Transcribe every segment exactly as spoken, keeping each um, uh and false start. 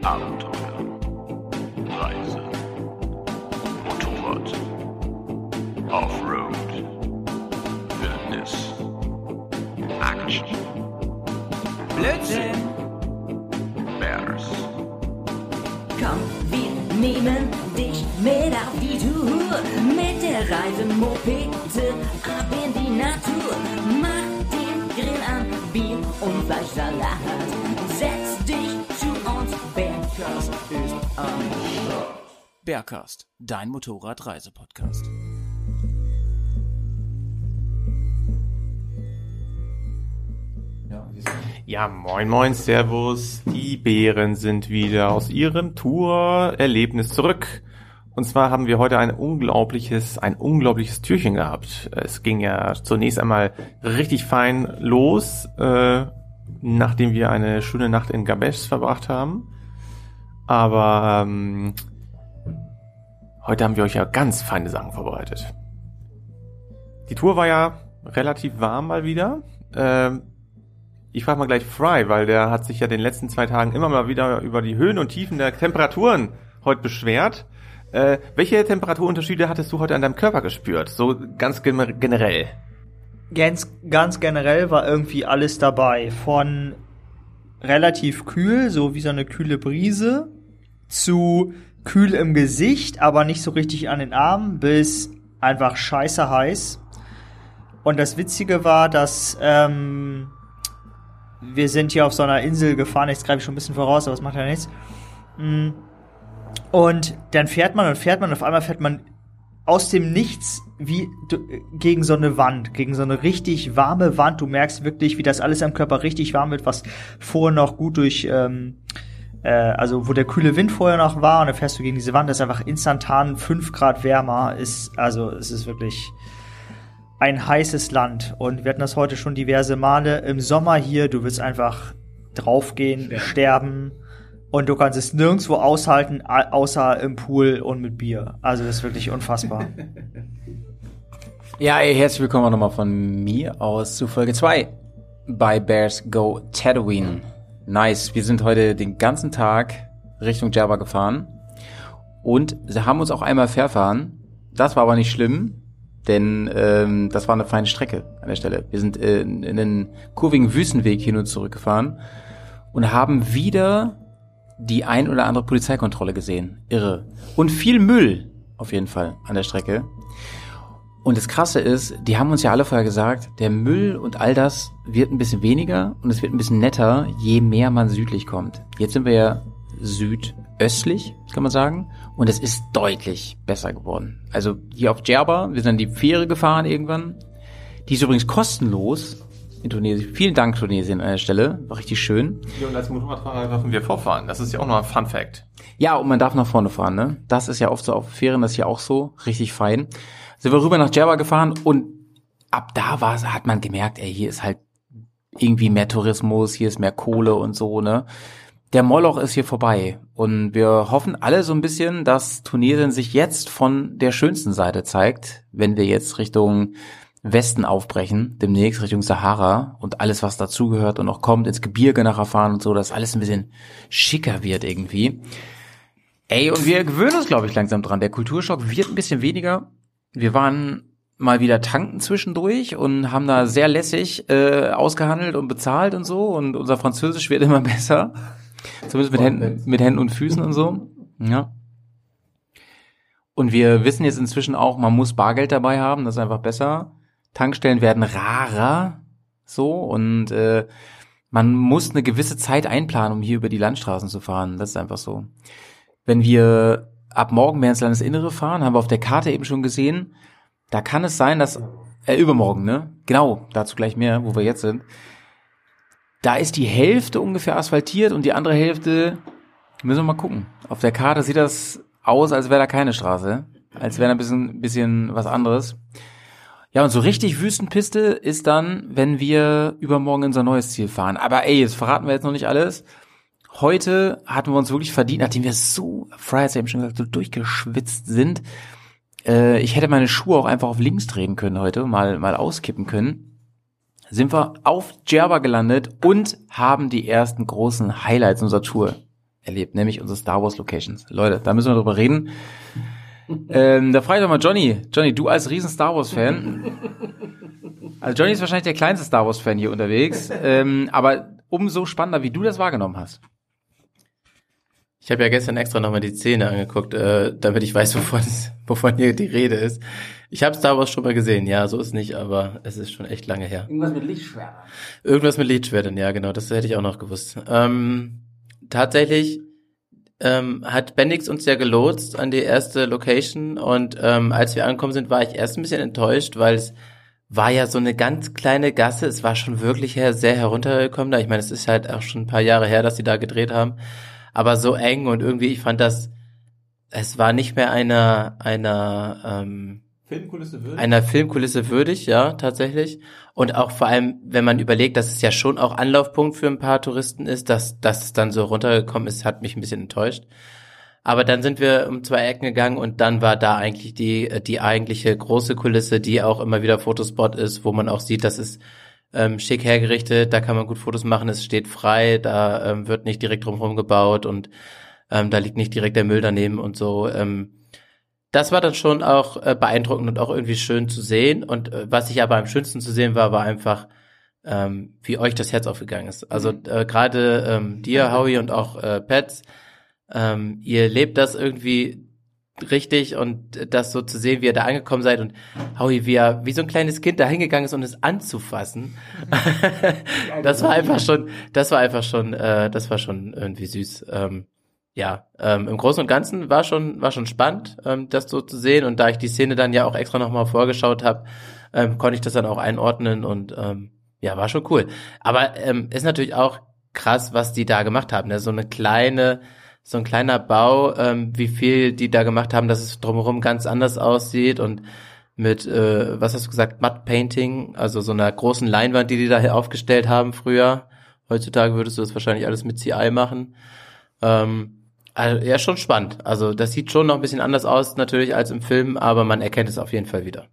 Abenteuer, Reise, Motorrad, Offroad, Wildnis, Action, Blödsinn. Bears, Komm, wir nehmen dich mit auf die Tour. Mit der Reisemopete ab in die Natur. Mach den Grill an, Bier und Fleischsalat. Setz dich zu uns, Bergkast ist am Start. Bergkast, dein Motorrad-Reise-Podcast. Ja, moin moin, servus. Die Bären sind wieder aus ihrem Tour-Erlebnis zurück. Und zwar haben wir heute ein unglaubliches, ein unglaubliches Türchen gehabt. Es ging ja zunächst einmal richtig fein los, äh, nachdem wir eine schöne Nacht in Gabesch verbracht haben. Aber ähm, heute haben wir euch ja ganz feine Sachen vorbereitet. Die Tour war ja relativ warm mal wieder. Ähm, Ich frage mal gleich Fry, weil der hat sich ja den letzten zwei Tagen immer mal wieder über die Höhen und Tiefen der Temperaturen heute beschwert. Äh, welche Temperaturunterschiede hattest du heute an deinem Körper gespürt? So ganz gen- generell. Ganz, ganz generell war irgendwie alles dabei. Von relativ kühl, so wie so eine kühle Brise, zu kühl im Gesicht, aber nicht so richtig an den Armen, bis einfach scheiße heiß. Und das Witzige war, dass ähm, wir sind hier auf so einer Insel gefahren, jetzt greife ich schon ein bisschen voraus, aber das macht ja nichts. Und dann fährt man und fährt man und auf einmal fährt man aus dem Nichts wie gegen so eine Wand, gegen so eine richtig warme Wand. Du merkst wirklich, wie das alles am Körper richtig warm wird, was vorher noch gut durch, ähm, äh, also wo der kühle Wind vorher noch war, und dann fährst du gegen diese Wand, das ist einfach instantan fünf Grad wärmer, ist, also es ist wirklich ein heißes Land. Und wir hatten das heute schon diverse Male. Im Sommer hier, du willst einfach draufgehen, sterben, sterben und du kannst es nirgendwo aushalten, außer im Pool und mit Bier. Also das ist wirklich unfassbar. Ja, ey, herzlich willkommen auch nochmal von mir aus zu Folge zwei bei Bears Go Tatooine. Nice, wir sind heute den ganzen Tag Richtung Djerba gefahren und sie haben uns auch einmal verfahren. Das war aber nicht schlimm, denn ähm, das war eine feine Strecke an der Stelle. Wir sind äh, in einen kurvigen Wüstenweg hin und zurück gefahren und haben wieder die ein oder andere Polizeikontrolle gesehen. Irre. Und viel Müll auf jeden Fall an der Strecke. Und das Krasse ist, die haben uns ja alle vorher gesagt, der Müll und all das wird ein bisschen weniger und es wird ein bisschen netter, je mehr man südlich kommt. Jetzt sind wir ja südöstlich, kann man sagen. Und es ist deutlich besser geworden. Also hier auf Djerba, wir sind die Fähre gefahren irgendwann. Die ist übrigens kostenlos in Tunesien. Vielen Dank, Tunesien, an der Stelle. War richtig schön. Ja, und als Motorradfahrer dürfen wir vorfahren. Das ist ja auch noch ein Fun Fact. Ja, und man darf nach vorne fahren, ne? Das ist ja oft so auf Fähren, das ist ja auch so. Richtig fein. Sind wir rüber nach Djerba gefahren und ab da war, hat man gemerkt, ey, hier ist halt irgendwie mehr Tourismus, hier ist mehr Kohle und so, ne? Der Moloch ist hier vorbei und wir hoffen alle so ein bisschen, dass Tunesien sich jetzt von der schönsten Seite zeigt, wenn wir jetzt Richtung Westen aufbrechen, demnächst Richtung Sahara und alles, was dazugehört und noch kommt, ins Gebirge nachher fahren und so, dass alles ein bisschen schicker wird irgendwie. Ey, und wir gewöhnen uns, glaube ich, langsam dran. Der Kulturschock wird ein bisschen weniger. Wir waren mal wieder tanken zwischendurch und haben da sehr lässig äh, ausgehandelt und bezahlt und so, und unser Französisch wird immer besser. Zumindest mit Händen, mit Händen und Füßen und so. Ja. Und wir wissen jetzt inzwischen auch, man muss Bargeld dabei haben, das ist einfach besser. Tankstellen werden rarer, so, und äh, man muss eine gewisse Zeit einplanen, um hier über die Landstraßen zu fahren. Das ist einfach so. Wenn wir ab morgen mehr ins Landesinnere fahren, haben wir auf der Karte eben schon gesehen, da kann es sein, dass, äh, übermorgen, ne? Genau, dazu gleich mehr, wo wir jetzt sind. Da ist die Hälfte ungefähr asphaltiert und die andere Hälfte, müssen wir mal gucken. Auf der Karte sieht das aus, als wäre da keine Straße. Als wäre da ein bisschen, bisschen was anderes. Ja, und so richtig Wüstenpiste ist dann, wenn wir übermorgen in unser neues Ziel fahren. Aber ey, das verraten wir jetzt noch nicht alles. Heute hatten wir uns wirklich verdient, nachdem wir so, Fry hat ja eben schon gesagt, so durchgeschwitzt sind. Äh, ich hätte meine Schuhe auch einfach auf links drehen können heute, mal, mal auskippen können. Sind wir auf Djerba gelandet und haben die ersten großen Highlights unserer Tour erlebt, nämlich unsere Star Wars Locations. Leute, da müssen wir drüber reden. ähm, da frage ich doch mal Johnny. Johnny, du als riesen Star Wars Fan. Also Johnny ist wahrscheinlich der kleinste Star Wars Fan hier unterwegs. Ähm, aber umso spannender, wie du das wahrgenommen hast. Ich habe ja gestern extra nochmal die Szene angeguckt, äh, damit ich weiß, wovon, wovon hier die Rede ist. Ich habe Star Wars schon mal gesehen, ja, so ist nicht, aber es ist schon echt lange her. Irgendwas mit Lichtschwertern. Irgendwas mit Lichtschwertern, ja, genau, das hätte ich auch noch gewusst. Ähm, tatsächlich ähm, hat Bendix uns ja gelotst an die erste Location und ähm, als wir angekommen sind, war ich erst ein bisschen enttäuscht, weil es war ja so eine ganz kleine Gasse, es war schon wirklich her, sehr heruntergekommen da. Ich meine, es ist halt auch schon ein paar Jahre her, dass die da gedreht haben. Aber so eng und irgendwie, ich fand das, es war nicht mehr einer, einer, ähm, Filmkulisse würdig? einer Filmkulisse würdig, ja, tatsächlich. Und auch vor allem, wenn man überlegt, dass es ja schon auch Anlaufpunkt für ein paar Touristen ist, dass, dass es dann so runtergekommen ist, hat mich ein bisschen enttäuscht. Aber dann sind wir um zwei Ecken gegangen und dann war da eigentlich die, die eigentliche große Kulisse, die auch immer wieder Fotospot ist, wo man auch sieht, dass es Ähm, schick hergerichtet, da kann man gut Fotos machen, es steht frei, da ähm, wird nicht direkt drumherum gebaut und ähm, da liegt nicht direkt der Müll daneben und so. Ähm, das war dann schon auch äh, beeindruckend und auch irgendwie schön zu sehen und äh, was ich aber am schönsten zu sehen war, war einfach, ähm, wie euch das Herz aufgegangen ist. Also äh, gerade ähm, dir, Howie und auch äh, Pets, ähm, ihr lebt das irgendwie richtig und das so zu sehen, wie ihr da angekommen seid und Howie, wie er wie so ein kleines Kind da hingegangen ist, um es anzufassen. das war einfach schon, das war einfach schon, äh, das war schon irgendwie süß. Ähm, ja, ähm, im Großen und Ganzen war schon war schon spannend, ähm, das so zu sehen und da ich die Szene dann ja auch extra nochmal vorgeschaut habe, ähm, konnte ich das dann auch einordnen und ähm, ja, war schon cool. Aber ähm, ist natürlich auch krass, was die da gemacht haben. Ne? So eine kleine So ein kleiner Bau, ähm, wie viel die da gemacht haben, dass es drumherum ganz anders aussieht und mit, äh, was hast du gesagt, Matte Painting, also so einer großen Leinwand, die die da aufgestellt haben früher. Heutzutage würdest du das wahrscheinlich alles mit C I machen. Ähm, also, ja, schon spannend. Also das sieht schon noch ein bisschen anders aus natürlich als im Film, aber man erkennt es auf jeden Fall wieder.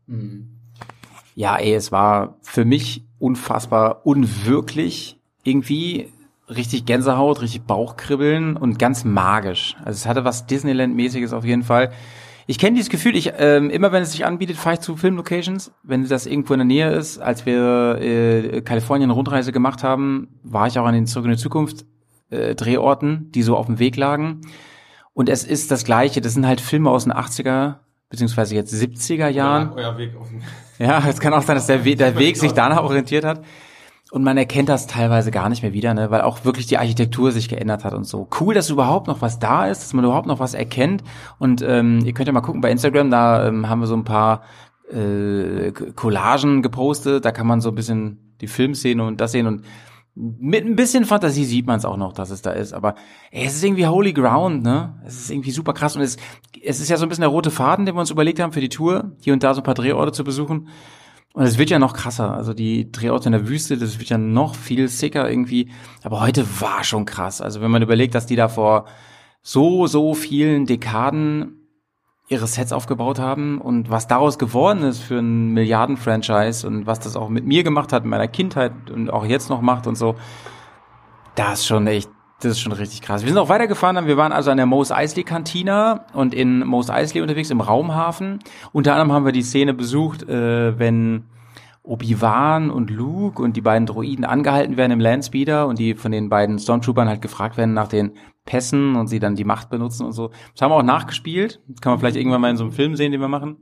Ja, ey, es war für mich unfassbar unwirklich irgendwie. Richtig Gänsehaut, richtig Bauchkribbeln und ganz magisch. Also es hatte was Disneyland-mäßiges auf jeden Fall. Ich kenne dieses Gefühl, ich ähm, immer wenn es sich anbietet, fahre ich zu Filmlocations, wenn das irgendwo in der Nähe ist. Als wir äh, Kalifornien eine Rundreise gemacht haben, war ich auch an den Zurück in die Zukunft äh, Drehorten, die so auf dem Weg lagen. Und es ist das Gleiche, das sind halt Filme aus den achtziger, beziehungsweise jetzt siebziger Jahren. Ja, euer Weg offen. Ja, es kann auch sein, dass der, We- der Weg sich danach orientiert hat. Und man erkennt das teilweise gar nicht mehr wieder, ne, weil auch wirklich die Architektur sich geändert hat und so. Cool, dass überhaupt noch was da ist, dass man überhaupt noch was erkennt. Und ähm, ihr könnt ja mal gucken bei Instagram, da ähm, haben wir so ein paar äh, Collagen gepostet. Da kann man so ein bisschen die Filmszene und das sehen. Und mit ein bisschen Fantasie sieht man es auch noch, dass es da ist. Aber ey, es ist irgendwie Holy Ground, ne? Es ist irgendwie super krass. Und es, es ist ja so ein bisschen der rote Faden, den wir uns überlegt haben für die Tour, hier und da so ein paar Drehorte zu besuchen. Und es wird ja noch krasser, also die Drehorte in der Wüste, das wird ja noch viel sicker irgendwie, aber heute war schon krass, also wenn man überlegt, dass die da vor so, so vielen Dekaden ihre Sets aufgebaut haben und was daraus geworden ist für ein Milliarden-Franchise und was das auch mit mir gemacht hat, in meiner Kindheit und auch jetzt noch macht und so, das ist schon echt, das ist schon richtig krass. Wir sind auch weitergefahren, wir waren also an der Mos Eisley Cantina und in Mos Eisley unterwegs im Raumhafen. Unter anderem haben wir die Szene besucht, äh, wenn Obi-Wan und Luke und die beiden Droiden angehalten werden im Landspeeder und die von den beiden Stormtroopern halt gefragt werden nach den Pässen und sie dann die Macht benutzen und so. Das haben wir auch nachgespielt. Das kann man vielleicht irgendwann mal in so einem Film sehen, den wir machen.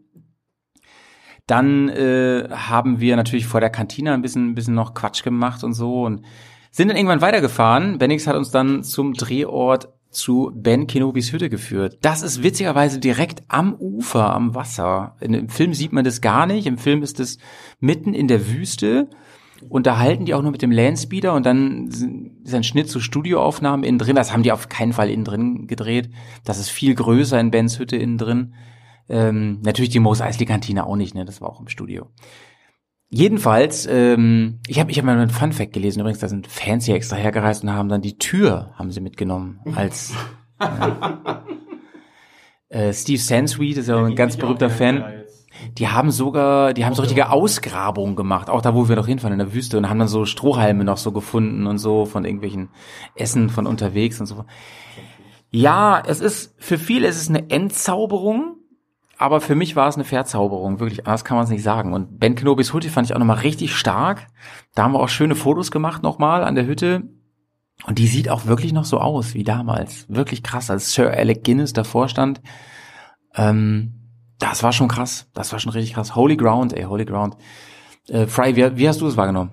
Dann äh, haben wir natürlich vor der Kantine ein bisschen, ein bisschen noch Quatsch gemacht und so und sind dann irgendwann weitergefahren. Bendix hat uns dann zum Drehort zu Ben Kenobis Hütte geführt. Das ist witzigerweise direkt am Ufer, am Wasser. In, Im Film sieht man das gar nicht. Im Film ist es mitten in der Wüste. Und da halten die auch nur mit dem Landspeeder und dann ist ein Schnitt zu Studioaufnahmen innen drin. Das haben die auf keinen Fall innen drin gedreht. Das ist viel größer in Bens Hütte innen drin. Ähm, natürlich die Mos Eisley Kantine auch nicht, ne? Das war auch im Studio. Jedenfalls, ähm, ich habe ich hab mal einen Funfact gelesen, übrigens, da sind Fans hier extra hergereist und haben dann die Tür, haben sie mitgenommen, als äh, äh, Steve Sansweet ist ja ein ganz berühmter Fan. Die haben sogar, die haben so richtige Ausgrabungen gemacht, auch da, wo wir doch hinfahren, in der Wüste, und haben dann so Strohhalme noch so gefunden und so von irgendwelchen Essen von unterwegs und so. Ja, es ist, für viele ist es eine Entzauberung, aber für mich war es eine Verzauberung, wirklich, anders kann man es nicht sagen. Und Ben Kenobis Hütte fand ich auch nochmal richtig stark. Da haben wir auch schöne Fotos gemacht nochmal an der Hütte. Und die sieht auch wirklich noch so aus wie damals. Wirklich krass, als Sir Alec Guinness davor stand. Ähm, das war schon krass, das war schon richtig krass. Holy Ground, ey, Holy Ground. Äh, Fry, wie, wie hast du es wahrgenommen?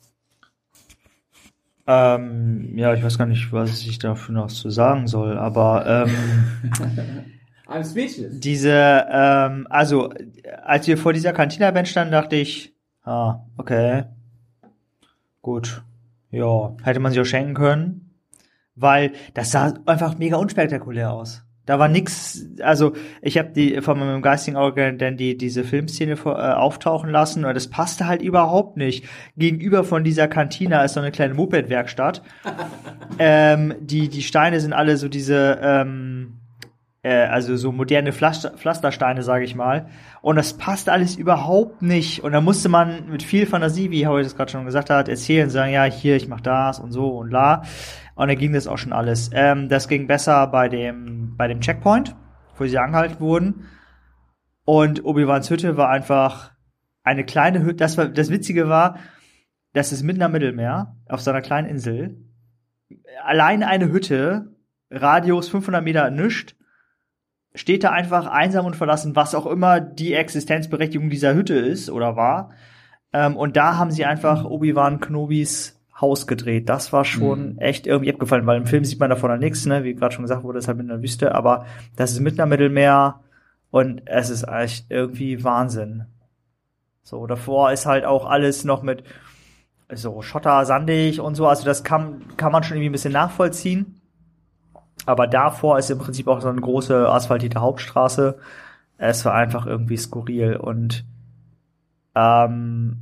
Ähm, ja, ich weiß gar nicht, was ich dafür noch zu sagen soll, aber ähm, I'm speechless. diese, ähm, also als wir vor dieser Cantina-Band standen, dachte ich, ah, okay, gut, ja, hätte man sich auch schenken können, weil das sah einfach mega unspektakulär aus. Da war nix, also ich habe die von meinem geistigen Auge dann die diese Filmszene vor, äh, auftauchen lassen und das passte halt überhaupt nicht. Gegenüber von dieser Kantina ist so eine kleine Moped-Werkstatt. ähm, die die Steine sind alle so diese ähm, äh, also so moderne Pflaster, Pflastersteine, sage ich mal. Und das passt alles überhaupt nicht. Und da musste man mit viel Fantasie, wie Howie das gerade schon gesagt hat, erzählen, sagen, ja, hier, ich mach das und so und la. Und dann ging das auch schon alles. Ähm, das ging besser bei dem, bei dem Checkpoint, wo sie angehalten wurden. Und Obi-Wans Hütte war einfach eine kleine Hütte. Das war, das Witzige war, das ist mitten am Mittelmeer, auf so einer kleinen Insel. Allein eine Hütte, Radius fünfhundert Meter nischt, steht da einfach einsam und verlassen, was auch immer die Existenzberechtigung dieser Hütte ist oder war. Ähm, und da haben sie einfach Obi-Wan Kenobis Haus gedreht. Das war schon mhm. echt irgendwie abgefallen, weil im Film sieht man davon ja nichts, ne? Wie gerade schon gesagt wurde, ist halt mit einer Wüste, aber das ist mitten am Mittelmeer und es ist echt irgendwie Wahnsinn. So, davor ist halt auch alles noch mit so Schotter, sandig und so, also das kann, kann man schon irgendwie ein bisschen nachvollziehen. Aber davor ist im Prinzip auch so eine große asphaltierte Hauptstraße. Es war einfach irgendwie skurril und ähm,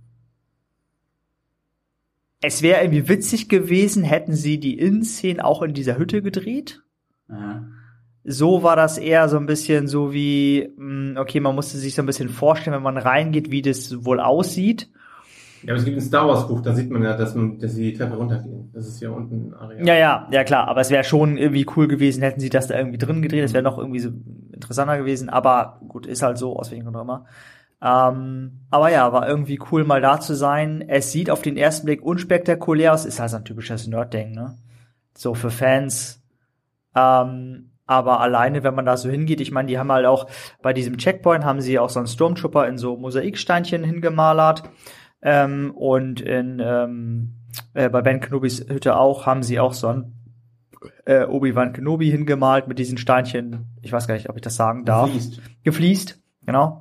es wäre irgendwie witzig gewesen, hätten sie die Innenszenen auch in dieser Hütte gedreht. Aha. So war das eher so ein bisschen so wie, okay, man musste sich so ein bisschen vorstellen, wenn man reingeht, wie das wohl aussieht. Ja, aber es gibt ein Star Wars Buch, da sieht man ja, dass, man, dass sie die Treppe runtergehen. Das ist ja unten ein Areal. Ja, ja, ja klar, aber es wäre schon irgendwie cool gewesen, hätten sie das da irgendwie drin gedreht, das wäre noch irgendwie so interessanter gewesen, aber gut, ist halt so, aus welchen Gründen auch immer. Ähm, aber ja, war irgendwie cool, mal da zu sein. Es sieht auf den ersten Blick unspektakulär aus, ist halt so ein typisches Nerd-Ding, ne? So für Fans. Ähm, aber alleine, wenn man da so hingeht, ich meine, die haben halt auch, bei diesem Checkpoint haben sie auch so einen Stormtrooper in so Mosaiksteinchen hingemalert. Ähm, und in, ähm, äh, bei Ben Kenobis Hütte auch, haben sie auch so einen äh, Obi-Wan Kenobi hingemalt mit diesen Steinchen. Ich weiß gar nicht, ob ich das sagen darf. Gefliest. Gefliest, genau.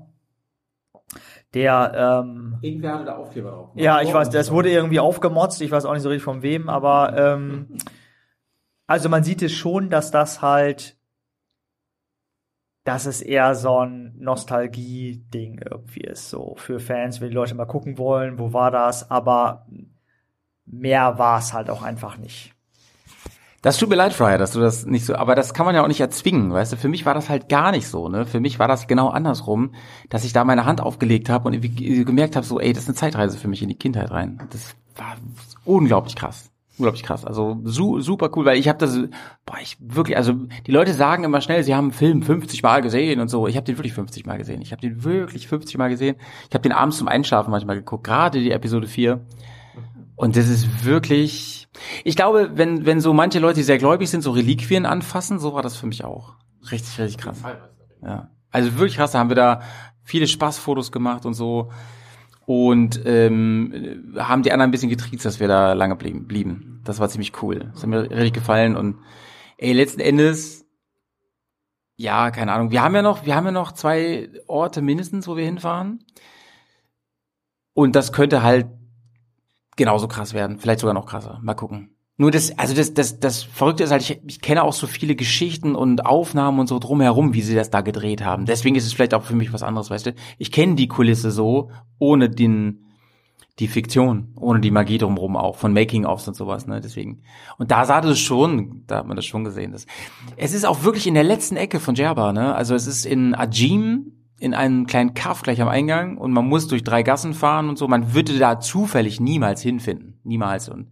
Der, ähm, Irgendwer hatte da Aufkleber drauf. Ja, ich weiß, das wurde irgendwie aufgemotzt, ich weiß auch nicht so richtig von wem, aber ähm, also man sieht es schon, dass das halt, dass es eher so ein Nostalgie-Ding irgendwie ist, so für Fans, wenn die Leute mal gucken wollen, wo war das, aber mehr war es halt auch einfach nicht. Das tut mir leid, Fryer, dass du das nicht so, aber das kann man ja auch nicht erzwingen, weißt du, für mich war das halt gar nicht so, ne, für mich war das genau andersrum, dass ich da meine Hand aufgelegt habe und irgendwie gemerkt habe, so, ey, das ist eine Zeitreise für mich in die Kindheit rein. Das war unglaublich krass, unglaublich krass, also su- super cool, weil ich habe das, boah, ich wirklich, also die Leute sagen immer schnell, sie haben einen Film fünfzig Mal gesehen und so, ich habe den wirklich fünfzig Mal gesehen, ich habe den wirklich fünfzig Mal gesehen, ich habe den abends zum Einschlafen manchmal geguckt, gerade die Episode vier. Und das ist wirklich, ich glaube, wenn wenn so manche Leute, die sehr gläubig sind, so Reliquien anfassen, so war das für mich auch. Richtig, richtig krass. Ja. Also wirklich krass, da haben wir da viele Spaßfotos gemacht und so. Und ähm, haben die anderen ein bisschen getriezt, dass wir da lange blieben. blieben. Das war ziemlich cool. Das hat mir richtig gefallen. Und ey, letzten Endes, ja, keine Ahnung, wir haben ja noch, wir haben ja noch zwei Orte mindestens, wo wir hinfahren. Und das könnte halt genauso krass werden, vielleicht sogar noch krasser. Mal gucken. Nur das, also das, das, das Verrückte ist halt, ich, ich kenne auch so viele Geschichten und Aufnahmen und so drumherum, wie sie das da gedreht haben. Deswegen ist es vielleicht auch für mich was anderes, weißt du. Ich kenne die Kulisse so, ohne den, die Fiktion, ohne die Magie drumherum auch, von Making-ofs und sowas, ne, deswegen. Und da sah das schon, da hat man das schon gesehen. Das. Es ist auch wirklich in der letzten Ecke von Djerba, ne, also es ist in Ajim, in einem kleinen Kaff gleich am Eingang und man muss durch drei Gassen fahren und so. Man würde da zufällig niemals hinfinden. Niemals. Und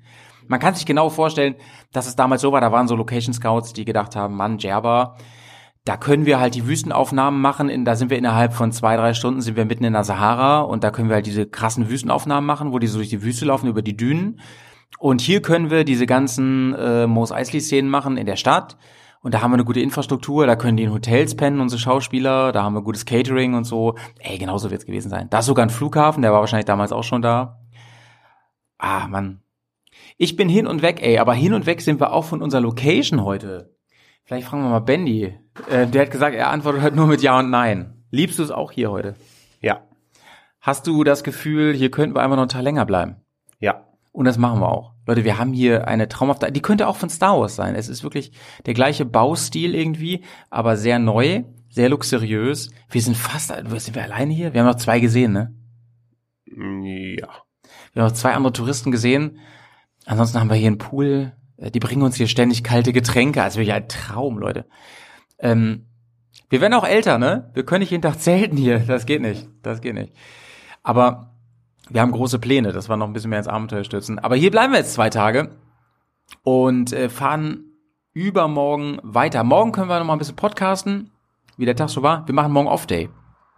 Man kann sich genau vorstellen, dass es damals so war, da waren so Location Scouts, die gedacht haben, Mann, Djerba, da können wir halt die Wüstenaufnahmen machen, in, da sind wir innerhalb von zwei, drei Stunden sind wir mitten in der Sahara und da können wir halt diese krassen Wüstenaufnahmen machen, wo die so durch die Wüste laufen, über die Dünen. Und hier können wir diese ganzen äh, Mos Eisley-Szenen machen in der Stadt. Und da haben wir eine gute Infrastruktur, da können die in Hotels pennen, unsere Schauspieler, da haben wir gutes Catering und so. Ey, genauso wird's gewesen sein. Da ist sogar ein Flughafen, der war wahrscheinlich damals auch schon da. Ah, Mann. Ich bin hin und weg, ey, aber hin und weg sind wir auch von unserer Location heute. Vielleicht fragen wir mal Bendy. Äh, der hat gesagt, er antwortet halt nur mit Ja und Nein. Liebst du es auch hier heute? Ja. Hast du das Gefühl, hier könnten wir einfach noch einen Tag länger bleiben? Ja. Und das machen wir auch. Leute, wir haben hier eine traumhafte, die könnte auch von Star Wars sein. Es ist wirklich der gleiche Baustil irgendwie, aber sehr neu, sehr luxuriös. Wir sind fast, sind wir alleine hier? Wir haben noch zwei gesehen, ne? Ja. Wir haben noch zwei andere Touristen gesehen. Ansonsten haben wir hier einen Pool. Die bringen uns hier ständig kalte Getränke. Also wirklich ein Traum, Leute. Ähm, wir werden auch älter, ne? Wir können nicht jeden Tag zelten hier. Das geht nicht. Das geht nicht. Aber wir haben große Pläne, dass wir noch ein bisschen mehr ins Abenteuer stürzen. Aber hier bleiben wir jetzt zwei Tage und äh, fahren übermorgen weiter. Morgen können wir noch mal ein bisschen podcasten, wie der Tag so war. Wir machen morgen Off-Day.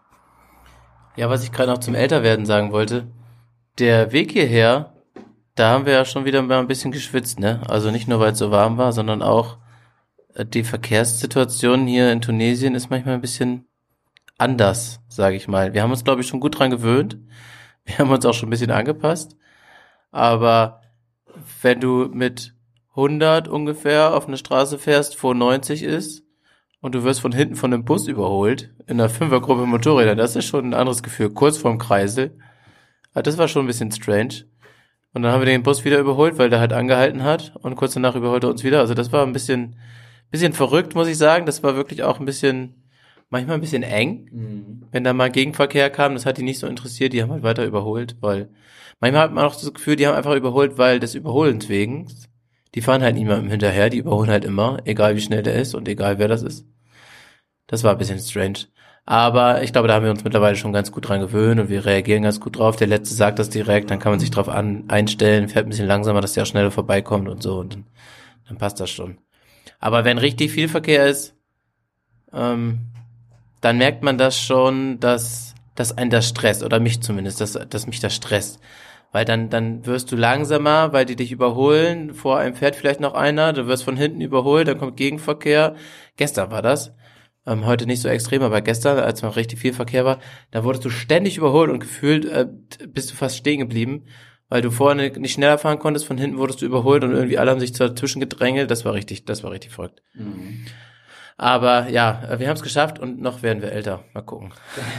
Ja, was ich gerade noch zum Älterwerden sagen wollte, der Weg hierher, da haben wir ja schon wieder mal ein bisschen geschwitzt, ne? Also nicht nur, weil es so warm war, sondern auch äh, die Verkehrssituation hier in Tunesien ist manchmal ein bisschen anders, sage ich mal. Wir haben uns, glaube ich, schon gut dran gewöhnt. Wir haben uns auch schon ein bisschen angepasst. Aber wenn du mit hundert ungefähr auf eine Straße fährst, wo neunzig ist und du wirst von hinten von einem Bus überholt, in einer Fünfergruppe Motorräder, das ist schon ein anderes Gefühl, kurz vorm Kreisel. Aber das war schon ein bisschen strange. Und dann haben wir den Bus wieder überholt, weil der halt angehalten hat und kurz danach überholte er uns wieder. Also das war ein bisschen, bisschen verrückt, muss ich sagen. Das war wirklich auch ein bisschen, manchmal ein bisschen eng. Mhm. Wenn da mal Gegenverkehr kam, das hat die nicht so interessiert, die haben halt weiter überholt, weil manchmal hat man auch das Gefühl, die haben einfach überholt, weil des Überholens wegen. Die fahren halt niemandem hinterher, die überholen halt immer, egal wie schnell der ist und egal wer das ist. Das war ein bisschen strange. Aber ich glaube, da haben wir uns mittlerweile schon ganz gut dran gewöhnt und wir reagieren ganz gut drauf. Der Letzte sagt das direkt, dann kann man sich drauf an, einstellen, fährt ein bisschen langsamer, dass der auch schneller vorbeikommt und so und dann, dann passt das schon. Aber wenn richtig viel Verkehr ist, ähm, dann merkt man das schon, dass, dass einen das stresst, oder mich zumindest, dass, dass mich das stresst. Weil dann, dann wirst du langsamer, weil die dich überholen, vor einem fährt vielleicht noch einer, du wirst von hinten überholt, dann kommt Gegenverkehr. Gestern war das. Ähm, heute nicht so extrem, aber gestern, als noch richtig viel Verkehr war, da wurdest du ständig überholt und gefühlt äh, bist du fast stehen geblieben, weil du vorne nicht schneller fahren konntest, von hinten wurdest du überholt und irgendwie alle haben sich dazwischen gedrängelt. Das war richtig, das war richtig verrückt. Mhm. Aber ja, wir haben es geschafft und noch werden wir älter. Mal gucken.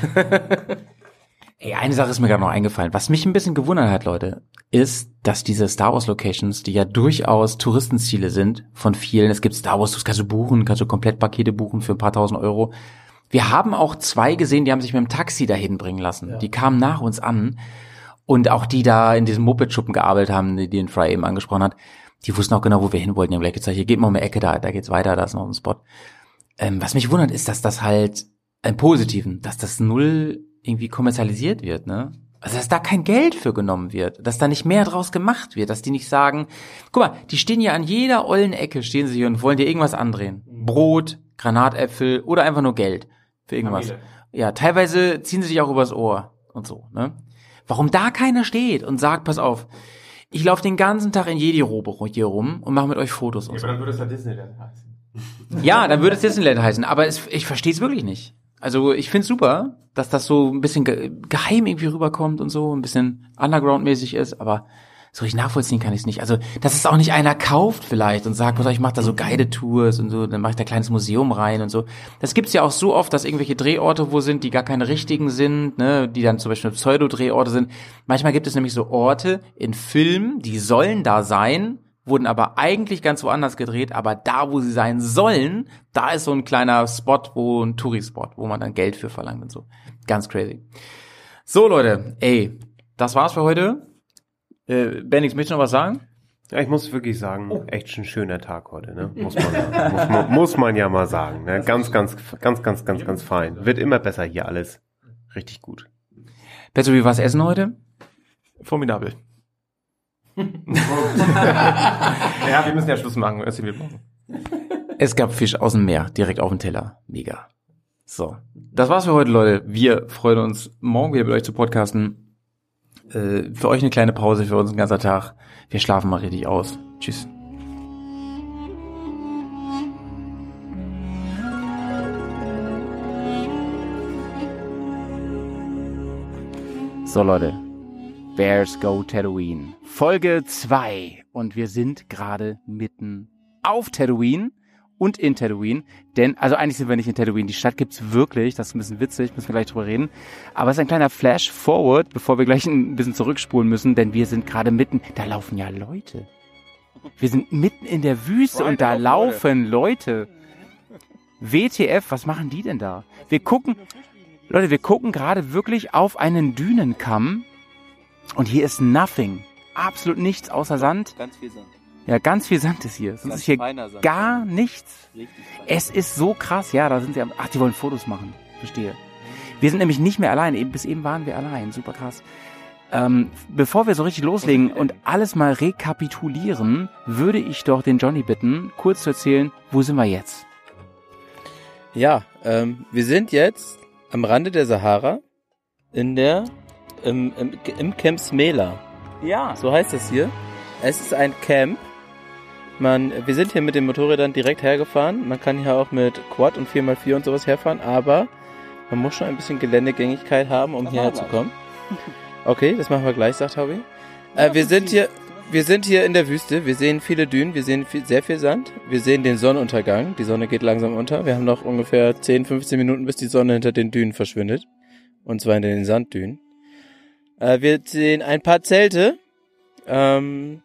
Ey, eine Sache ist mir gerade noch eingefallen. Was mich ein bisschen gewundert hat, Leute, ist, dass diese Star Wars Locations, die ja durchaus Touristenziele sind von vielen, es gibt Star Wars, das kannst du buchen, kannst du Komplettpakete buchen für ein paar tausend Euro. Wir haben auch zwei gesehen, die haben sich mit dem Taxi dahin bringen lassen. Ja. Die kamen nach uns an und auch die da in diesem Moped-Schuppen gearbeitet haben, die den Fry eben angesprochen hat, die wussten auch genau, wo wir hin wollten. Die haben gleich gezeigt, hier geht mal um die Ecke, da, da geht's weiter, da ist noch ein Spot. Ähm, was mich wundert, ist, dass das halt im Positiven, dass das null irgendwie kommerzialisiert wird, ne? Also, dass da kein Geld für genommen wird, dass da nicht mehr draus gemacht wird, dass die nicht sagen, guck mal, die stehen ja an jeder ollen Ecke, stehen sie hier und wollen dir irgendwas andrehen. Brot, Granatäpfel oder einfach nur Geld für irgendwas. Familie. Ja, teilweise ziehen sie sich auch übers Ohr und so, ne? Warum da keiner steht und sagt, pass auf, ich laufe den ganzen Tag in Jedi-Robe hier rum und mache mit euch Fotos und ja, so. Aber dann würde es ja Disneyland heißen. Ja, dann würde es Disneyland heißen, aber es, ich verstehe es wirklich nicht. Also ich find's super, dass das so ein bisschen ge- geheim irgendwie rüberkommt und so, ein bisschen Underground-mäßig ist, aber so richtig nachvollziehen kann ich es nicht. Also, dass es auch nicht einer kauft vielleicht und sagt, was ich mache da so Guided-Tours und so, dann mache ich da ein kleines Museum rein und so. Das gibt's ja auch so oft, dass irgendwelche Drehorte wo sind, die gar keine richtigen sind, ne, die dann zum Beispiel Pseudo-Drehorte sind. Manchmal gibt es nämlich so Orte in Filmen, die sollen da sein, wurden aber eigentlich ganz woanders gedreht, aber da, wo sie sein sollen, da ist so ein kleiner Spot, wo ein Touri-Spot, wo man dann Geld für verlangt und so. Ganz crazy. So, Leute, ey, das war's für heute. Äh, Bennix, möchtest du noch was sagen? Ja, ich muss wirklich sagen, oh. echt ein schöner Tag heute, ne? Muss man, muss man, muss man ja mal sagen, ne? Ganz, ganz, ganz, ganz, ganz, ganz fein. Wird immer besser hier alles. Richtig gut. Petzo, wie war's Essen heute? Formidabel. Ja, wir müssen ja Schluss machen. Erzähl mir morgen. Es gab Fisch aus dem Meer, direkt auf dem Teller. Mega. So, das war's für heute, Leute. Wir freuen uns, morgen wieder mit euch zu podcasten. Äh, für euch eine kleine Pause, für uns ein ganzer Tag. Wir schlafen mal richtig aus. Tschüss. So, Leute. Bears Go Tatooine. Folge zwei. Und wir sind gerade mitten auf Tatooine und in Tatooine. Denn, also eigentlich sind wir nicht in Tatooine. Die Stadt gibt's wirklich. Das ist ein bisschen witzig. Müssen wir gleich drüber reden. Aber es ist ein kleiner Flash-Forward, bevor wir gleich ein bisschen zurückspulen müssen. Denn wir sind gerade mitten. Da laufen ja Leute. Wir sind mitten in der Wüste und da laufen Leute. W T F, was machen die denn da? Wir gucken, Leute, wir gucken gerade wirklich auf einen Dünenkamm. Und hier ist nothing. Absolut nichts außer Sand. Ganz viel Sand. Ja, ganz viel Sand ist hier. Sonst ist hier Sand, gar nichts. Richtig fein. Es ist so krass. Ja, da sind sie am... Ach, die wollen Fotos machen. Verstehe. Wir sind nämlich nicht mehr allein. Eben, bis eben waren wir allein. Super krass. Ähm, bevor wir so richtig loslegen und alles mal rekapitulieren, würde ich doch den Johnny bitten, kurz zu erzählen, wo sind wir jetzt? Ja, ähm, wir sind jetzt am Rande der Sahara in der im, im, im Camp Smela. Ja. So heißt es hier. Es ist ein Camp. Man, wir sind hier mit den Motorrädern direkt hergefahren. Man kann hier auch mit Quad und vier mal vier und sowas herfahren, aber man muss schon ein bisschen Geländegängigkeit haben, um hierher zu kommen. Okay, das machen wir gleich, sagt Hobby. Äh, wir sind hier, wir sind hier in der Wüste. Wir sehen viele Dünen, wir sehen viel, sehr viel Sand. Wir sehen den Sonnenuntergang. Die Sonne geht langsam unter. Wir haben noch ungefähr zehn, fünfzehn Minuten, bis die Sonne hinter den Dünen verschwindet. Und zwar in den Sanddünen. Äh, wir sehen ein paar Zelte. Ähm,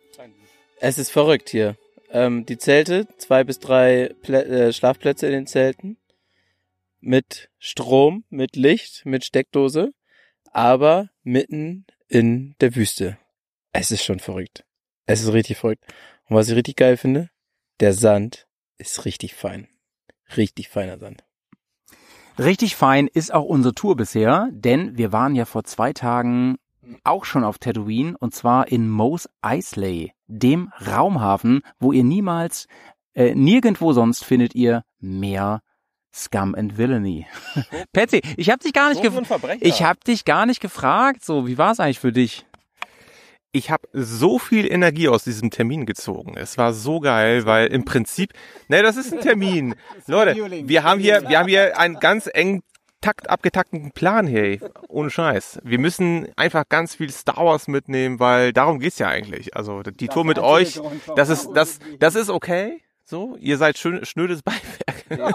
es ist verrückt hier. Ähm, die Zelte, zwei bis drei Plä- äh, Schlafplätze in den Zelten. Mit Strom, mit Licht, mit Steckdose. Aber mitten in der Wüste. Es ist schon verrückt. Es ist richtig verrückt. Und was ich richtig geil finde, der Sand ist richtig fein. Richtig feiner Sand. Richtig fein ist auch unsere Tour bisher, denn wir waren ja vor zwei Tagen auch schon auf Tatooine und zwar in Mos Eisley, dem Raumhafen, wo ihr niemals, äh, nirgendwo sonst findet ihr mehr Scum and Villainy. Patsy, ich hab dich gar nicht gefragt. Ich hab dich gar nicht gefragt. So, wie war es eigentlich für dich? Ich habe so viel Energie aus diesem Termin gezogen. Es war so geil, weil im Prinzip, ne, das ist ein Termin. Leute, wir haben hier, wir haben hier einen ganz engen Takt abgetakteten Plan hier. Ohne Scheiß. Wir müssen einfach ganz viel Star Wars mitnehmen, weil darum geht's ja eigentlich. Also die Tour mit euch, das ist, das, das ist okay. So, ihr seid schön, schnödes Beiwerk.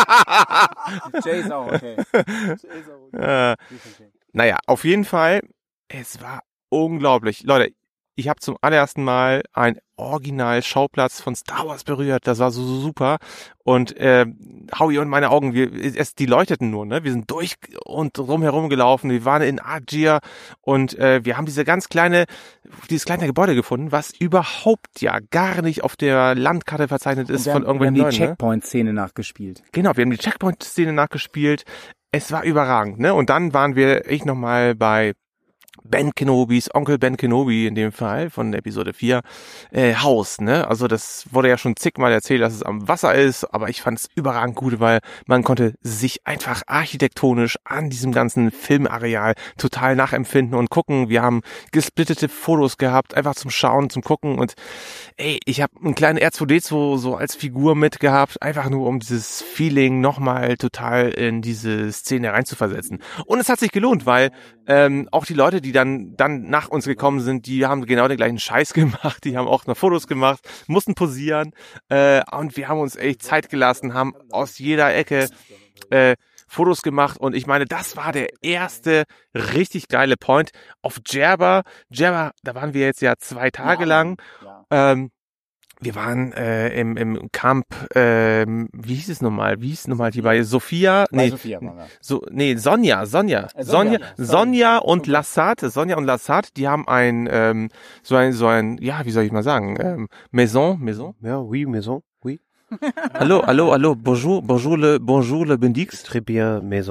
Jay ist auch okay. äh, naja, auf jeden Fall, es war unglaublich. Leute, ich habe zum allerersten Mal einen Original-Schauplatz von Star Wars berührt. Das war so, so super. Und äh, Howie und meine Augen, wir, es, die leuchteten nur. Ne? Wir sind durch und drumherum gelaufen. Wir waren in Argir und äh, wir haben diese ganz kleine, dieses kleine Gebäude gefunden, was überhaupt ja gar nicht auf der Landkarte verzeichnet ist von irgendwelchen Leuten. Wir haben die Checkpoint-Szene nachgespielt. Genau, wir haben die Checkpoint-Szene nachgespielt. Es war überragend. Ne? Und dann waren wir echt nochmal bei Ben Kenobis, Onkel Ben Kenobi in dem Fall von Episode vier, äh, Haus, ne? Also das wurde ja schon zigmal erzählt, dass es am Wasser ist, aber ich fand es überragend gut, weil man konnte sich einfach architektonisch an diesem ganzen Filmareal total nachempfinden und gucken. Wir haben gesplittete Fotos gehabt, einfach zum Schauen, zum Gucken und ey, ich habe einen kleinen R zwei D zwei so als Figur mitgehabt, einfach nur um dieses Feeling nochmal total in diese Szene reinzuversetzen. Und es hat sich gelohnt, weil ähm, auch die Leute, die dann dann nach uns gekommen sind, die haben genau den gleichen Scheiß gemacht, die haben auch noch Fotos gemacht, mussten posieren äh, und wir haben uns echt Zeit gelassen, haben aus jeder Ecke äh, Fotos gemacht und ich meine, das war der erste richtig geile Point auf Djerba. Djerba, da waren wir jetzt ja zwei Tage lang. Ähm, wir waren äh, im, im Camp, äh, wie hieß es nochmal? Wie hieß es nochmal die bei Sophia? Bei Nee, Sophia waren wir. so, nee, Sonja, Sonja, Äh, Sonja, Sonja, Sonja und Lassat, Sonja und Lassat, die haben ein, ähm, so ein, so ein, ja, wie soll ich mal sagen, ähm, Maison, Maison? Ja, oui, maison, oui. Hallo, hallo, hallo, bonjour, bonjour le, bonjour le Bendix. Très bien, maison.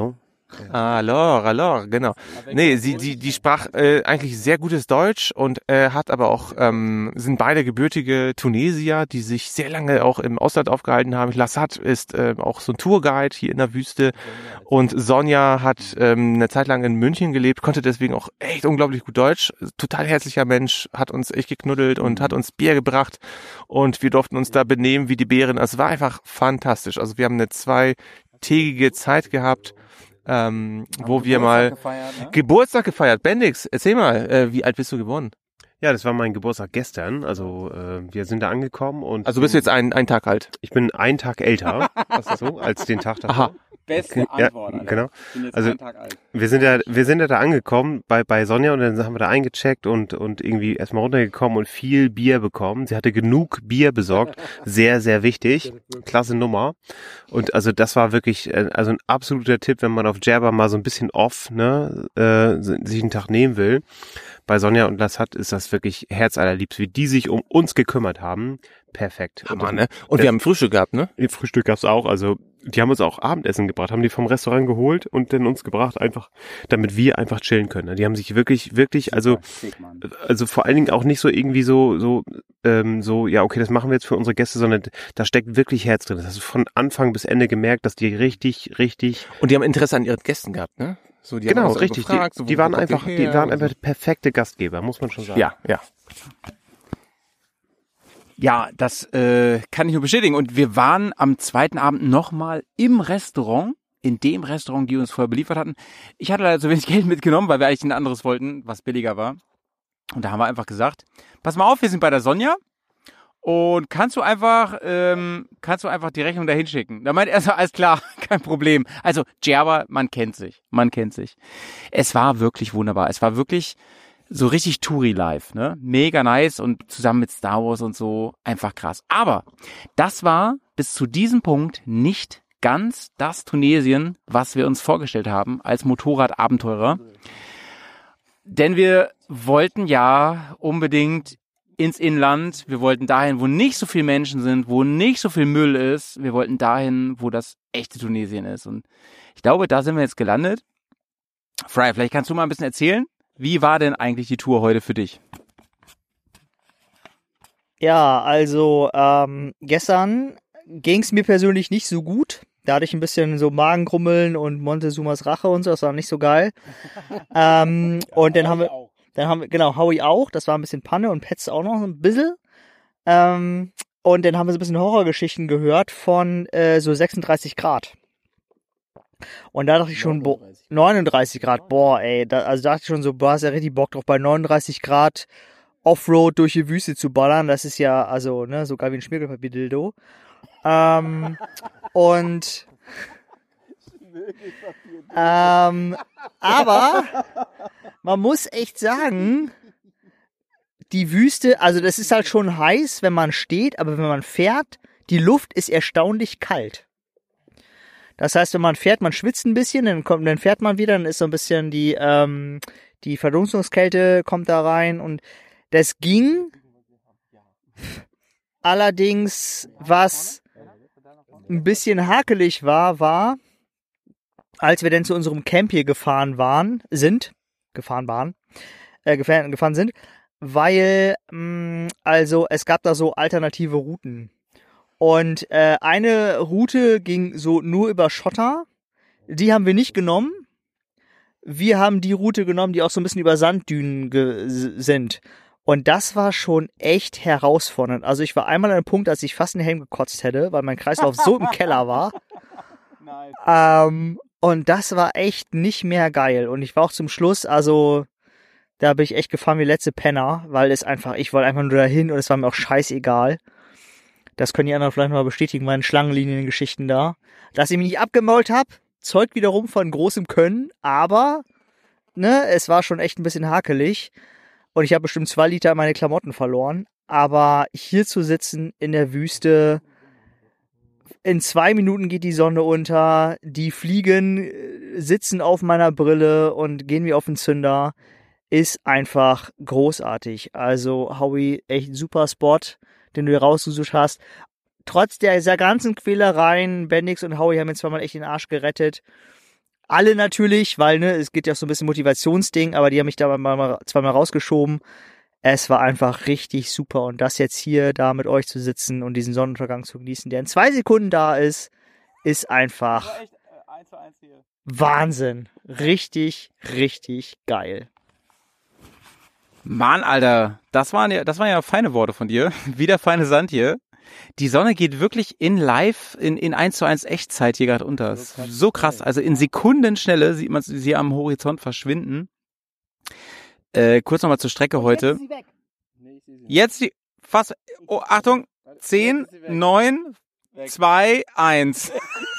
Alors, alors, genau. Nee, sie, die, die sprach äh, eigentlich sehr gutes Deutsch und äh, hat aber auch, ähm, sind beide gebürtige Tunesier, die sich sehr lange auch im Ausland aufgehalten haben. Lassat ist äh, auch so ein Tourguide hier in der Wüste und Sonja hat ähm, eine Zeit lang in München gelebt, konnte deswegen auch echt unglaublich gut Deutsch. Total herzlicher Mensch, hat uns echt geknuddelt und hat uns Bier gebracht und wir durften uns da benehmen wie die Bären. Also es war einfach fantastisch. Also wir haben eine zweitägige Zeit gehabt, Ähm, wo wir mal gefeiert, ne? Geburtstag gefeiert. Bendix, erzähl mal, äh, wie alt bist du geworden? Ja, das war mein Geburtstag gestern. Also äh, wir sind da angekommen und Also bist du jetzt ein, ein Tag alt? ich bin einen Tag älter, so, als den Tag davor. Aha. Beste Ja, Antwort, Alter. genau. Ich bin jetzt Also, einen Tag alt. Wir sind ja, wir sind ja da angekommen bei bei Sonja und dann haben wir da eingecheckt und und irgendwie erstmal runtergekommen und viel Bier bekommen. Sie hatte genug Bier besorgt, sehr sehr wichtig, klasse Nummer. Und also das war wirklich äh, also ein absoluter Tipp, wenn man auf Djerba mal so ein bisschen off, ne, äh, sich einen Tag nehmen will. Bei Sonja und Lassat ist das wirklich herzallerliebst, wie die sich um uns gekümmert haben. Perfekt. Hammer, ne? Und wir haben ein Frühstück gehabt, ne? Ihr Frühstück gab's auch, also die haben uns auch Abendessen gebracht, haben die vom Restaurant geholt und dann uns gebracht, einfach, damit wir einfach chillen können. Die haben sich wirklich, wirklich, also, Sick, Mann. also vor allen Dingen auch nicht so irgendwie so, so, ähm, so, ja, okay, das machen wir jetzt für unsere Gäste, sondern da steckt wirklich Herz drin. Das hast du von Anfang bis Ende gemerkt, dass die richtig, richtig, Und die haben Interesse an ihren Gästen gehabt, ne? So, die haben genau, uns auch richtig, gefragt, die, so, wo- die wo waren kommt ihr einfach, die her? waren Und einfach perfekte Gastgeber, muss man schon so. sagen. Ja, ja. Ja, das äh, kann ich nur bestätigen. Und wir waren am zweiten Abend nochmal im Restaurant, in dem Restaurant, die uns vorher beliefert hatten. Ich hatte leider so wenig Geld mitgenommen, weil wir eigentlich ein anderes wollten, was billiger war. Und da haben wir einfach gesagt, pass mal auf, wir sind bei der Sonja und kannst du einfach, ähm, kannst du einfach die Rechnung dahin schicken. Da meint er so, alles klar, kein Problem. Also Djerba, man kennt sich, man kennt sich. Es war wirklich wunderbar. Es war wirklich so richtig Touri-Life, ne? Mega nice und zusammen mit Star Wars und so, einfach krass. Aber das war bis zu diesem Punkt nicht ganz das Tunesien, was wir uns vorgestellt haben als Motorradabenteurer. Denn wir wollten ja unbedingt ins Inland, wir wollten dahin, wo nicht so viele Menschen sind, wo nicht so viel Müll ist, wir wollten dahin, wo das echte Tunesien ist. Und ich glaube, da sind wir jetzt gelandet. Fry, vielleicht kannst du mal ein bisschen erzählen, wie war denn eigentlich die Tour heute für dich? Ja, also ähm, gestern ging es mir persönlich nicht so gut. Da hatte ich ein bisschen so Magenkrummeln und Montezumas Rache und so, das war nicht so geil. ähm, und dann haben wir, dann haben wir, genau, Howie auch, das war ein bisschen Panne und Pets auch noch ein bisschen. Ähm, und dann haben wir so ein bisschen Horrorgeschichten gehört von äh, so sechsunddreißig Grad. Und da dachte ich schon, boah, neununddreißig Grad, boah, ey, da, also da dachte ich schon so, boah, hast ja richtig Bock drauf, bei neununddreißig Grad Offroad durch die Wüste zu ballern. Das ist ja, also, ne, so geil wie ein Schmirgelpapier-Dildo. Ähm, und, ähm, aber, man muss echt sagen, die Wüste, also das ist halt schon heiß, wenn man steht, aber wenn man fährt, die Luft ist erstaunlich kalt. Das heißt, wenn man fährt, man schwitzt ein bisschen, dann kommt, dann fährt man wieder, dann ist so ein bisschen die, ähm, die Verdunstungskälte kommt da rein und das ging. Allerdings, was ein bisschen hakelig war, war, als wir dann zu unserem Camp hier gefahren waren, sind, gefahren waren, äh, gefahren, gefahren sind, weil, mh, also es gab da so alternative Routen. Und äh, eine Route ging so nur über Schotter. Die haben wir nicht genommen. Wir haben die Route genommen, die auch so ein bisschen über Sanddünen ge- sind. Und das war schon echt herausfordernd. Also ich war einmal an einem Punkt, als ich fast in den Helm gekotzt hätte, weil mein Kreislauf so im Keller war. Ähm, und das war echt nicht mehr geil. Und ich war auch zum Schluss, also da bin ich echt gefahren wie letzte Penner, weil es einfach, ich wollte einfach nur dahin und es war mir auch scheißegal. Das können die anderen vielleicht mal bestätigen, meine Schlangenlinien-Geschichten da. Dass ich mich nicht abgemault habe, zeugt wiederum von großem Können, aber ne, es war schon echt ein bisschen hakelig. Und ich habe bestimmt zwei Liter meine Klamotten verloren. Aber hier zu sitzen in der Wüste, in zwei Minuten geht die Sonne unter, die Fliegen sitzen auf meiner Brille und gehen wie auf den Zünder, ist einfach großartig. Also Howie, echt super Spot, den du hier rausgesucht hast. Trotz der, dieser ganzen Quälereien, Bendix und Howie haben mir zweimal echt den Arsch gerettet. alle natürlich, weil ne, es geht ja auch so ein bisschen Motivationsding, aber die haben mich da mal, mal zweimal rausgeschoben. Es war einfach richtig super und das jetzt hier da mit euch zu sitzen und diesen Sonnenuntergang zu genießen, der in zwei Sekunden da ist, ist einfach Wahnsinn. Richtig, richtig geil. Mann, Alter, das waren ja, das waren ja feine Worte von dir. Wieder feine Sand hier. Die Sonne geht wirklich in live, in, in eins zu eins Echtzeit hier gerade unter. So krass. so krass. Also in Sekundenschnelle sieht man sie am Horizont verschwinden. Äh, kurz nochmal zur Strecke heute. Jetzt die, fast, oh, Achtung, zehn, neun, zwei, eins.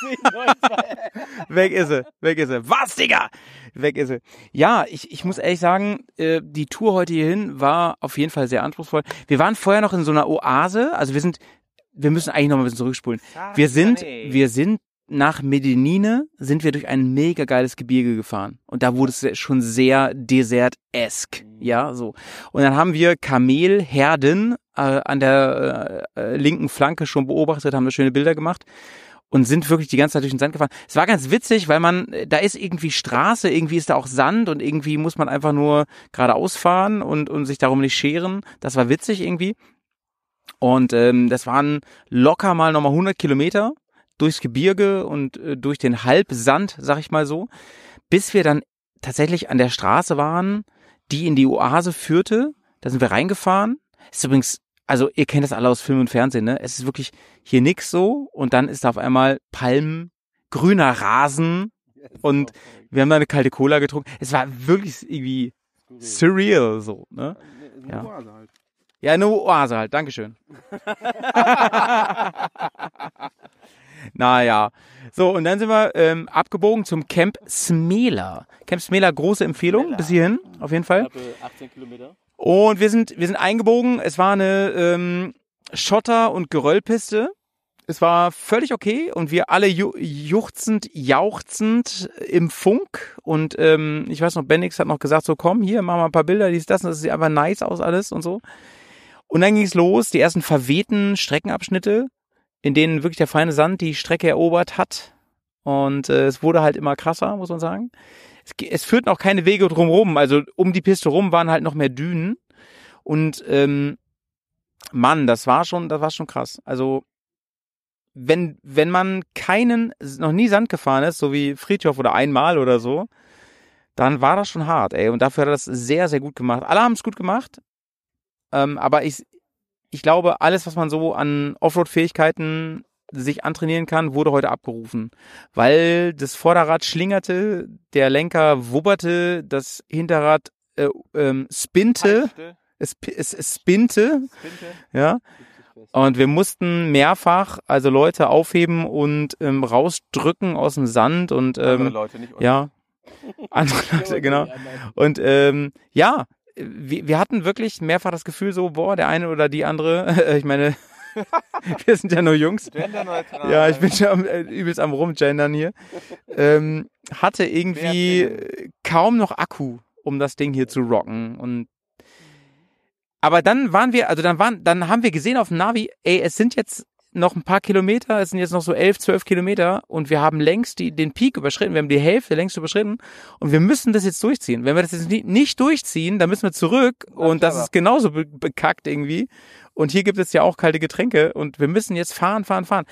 Weg ist sie, weg ist sie. Was, Digga? Weg ist sie. Ja, ich, ich muss ehrlich sagen, äh, die Tour heute hierhin war auf jeden Fall sehr anspruchsvoll. Wir waren vorher noch in so einer Oase, also wir sind, wir müssen eigentlich noch mal ein bisschen zurückspulen. Wir sind, wir sind nach Medellin, sind wir durch ein mega geiles Gebirge gefahren. Und da wurde es schon sehr Desert-esque, ja, so. Und dann haben wir Kamelherden äh, an der äh, linken Flanke schon beobachtet, haben da schöne Bilder gemacht. Und sind wirklich die ganze Zeit durch den Sand gefahren. Es war ganz witzig, weil man, da ist irgendwie Straße, irgendwie ist da auch Sand und irgendwie muss man einfach nur geradeaus fahren und, und sich darum nicht scheren. Das war witzig irgendwie. Und ähm, das waren locker mal nochmal hundert Kilometer durchs Gebirge und äh, durch den Halbsand, sag ich mal so, bis wir dann tatsächlich an der Straße waren, die in die Oase führte. Da sind wir reingefahren. Ist übrigens, also ihr kennt das alle aus Film und Fernsehen, ne? Es ist wirklich hier nix so und dann ist da auf einmal Palmen, grüner Rasen und wir haben da eine kalte Cola getrunken. Es war wirklich irgendwie surreal so, ne? Ja. Ja, eine Oase halt, Dankeschön. Naja, so und dann sind wir ähm, abgebogen zum Camp Smela. Camp Smela, große Empfehlung bis hierhin, auf jeden Fall. achtzehn Kilometer. Und wir sind wir sind eingebogen. Es war eine ähm, Schotter- und Geröllpiste. Es war völlig okay und wir alle ju- juchzend, jauchzend im Funk. Und ähm, ich weiß noch, Bendix hat noch gesagt, so komm, hier, mach mal ein paar Bilder, dies, das. Und das sieht einfach nice aus alles und so. Und dann ging es los, die ersten verwehten Streckenabschnitte, in denen wirklich der feine Sand die Strecke erobert hat. Und äh, es wurde halt immer krasser, muss man sagen. Es, es führten auch keine Wege drumherum. Also um die Piste rum waren halt noch mehr Dünen. Und ähm, Mann, das war schon, das war schon krass. Also wenn wenn man keinen, noch nie Sand gefahren ist, so wie Friedhof oder einmal oder so, dann war das schon hart, ey. Und dafür hat er das sehr, sehr gut gemacht. Alle haben es gut gemacht. Ähm, aber ich ich glaube, alles, was man so an Offroad-Fähigkeiten sich antrainieren kann, wurde heute abgerufen. Weil das Vorderrad schlingerte, der Lenker wubberte, das Hinterrad äh, ähm, spinte, es, es, es spinte, ja. Und wir mussten mehrfach also Leute aufheben und ähm, rausdrücken aus dem Sand und ähm, Andere Leute, nicht uns. Ja, andere Leute, genau. Und ähm, ja, wir, wir hatten wirklich mehrfach das Gefühl so, boah, der eine oder die andere, ich meine, wir sind ja nur Jungs. Genderneutral. Ja, ich bin schon am, äh, übelst am rumgendern hier. Ähm, hatte irgendwie kaum noch Akku, um das Ding hier zu rocken. Und aber dann waren wir, also dann waren, dann haben wir gesehen auf dem Navi, ey, es sind jetzt noch ein paar Kilometer, es sind jetzt noch so elf, zwölf Kilometer und wir haben längst die, den Peak überschritten, wir haben die Hälfte längst überschritten und wir müssen das jetzt durchziehen. Wenn wir das jetzt nicht durchziehen, dann müssen wir zurück und das ist genauso be- bekackt irgendwie. Und hier gibt es ja auch kalte Getränke und wir müssen jetzt fahren, fahren, fahren.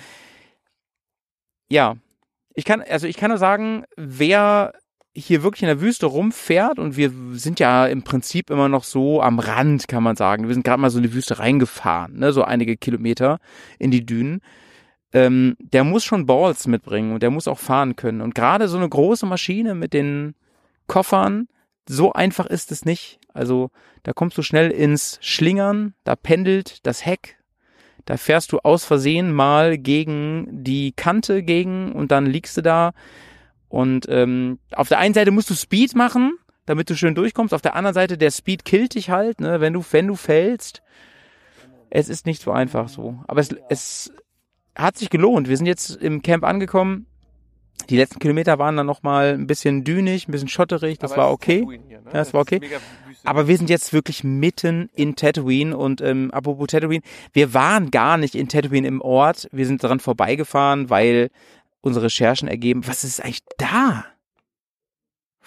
Ja, ich kann, also ich kann nur sagen, wer hier wirklich in der Wüste rumfährt und wir sind ja im Prinzip immer noch so am Rand, kann man sagen. Wir sind gerade mal so in die Wüste reingefahren, ne, so einige Kilometer in die Dünen. Ähm, der muss schon Balls mitbringen und der muss auch fahren können. Und gerade so eine große Maschine mit den Koffern, so einfach ist es nicht. Also da kommst du schnell ins Schlingern, da pendelt das Heck, da fährst du aus Versehen mal gegen die Kante gegen und dann liegst du da. Und ähm, auf der einen Seite musst du Speed machen, damit du schön durchkommst. Auf der anderen Seite, der Speed killt dich halt, ne, wenn du wenn du fällst. Es ist nicht so einfach so. Aber es, es hat sich gelohnt. Wir sind jetzt im Camp angekommen. Die letzten Kilometer waren dann nochmal ein bisschen dünig, ein bisschen schotterig. Das Aber war es ist okay. Tatooine hier, ne? Ja, das war okay. Aber wir sind jetzt wirklich mitten in Tatooine. Und ähm, apropos Tatooine, wir waren gar nicht in Tatooine im Ort. Wir sind daran vorbeigefahren, weil unsere Recherchen ergeben, was ist eigentlich da?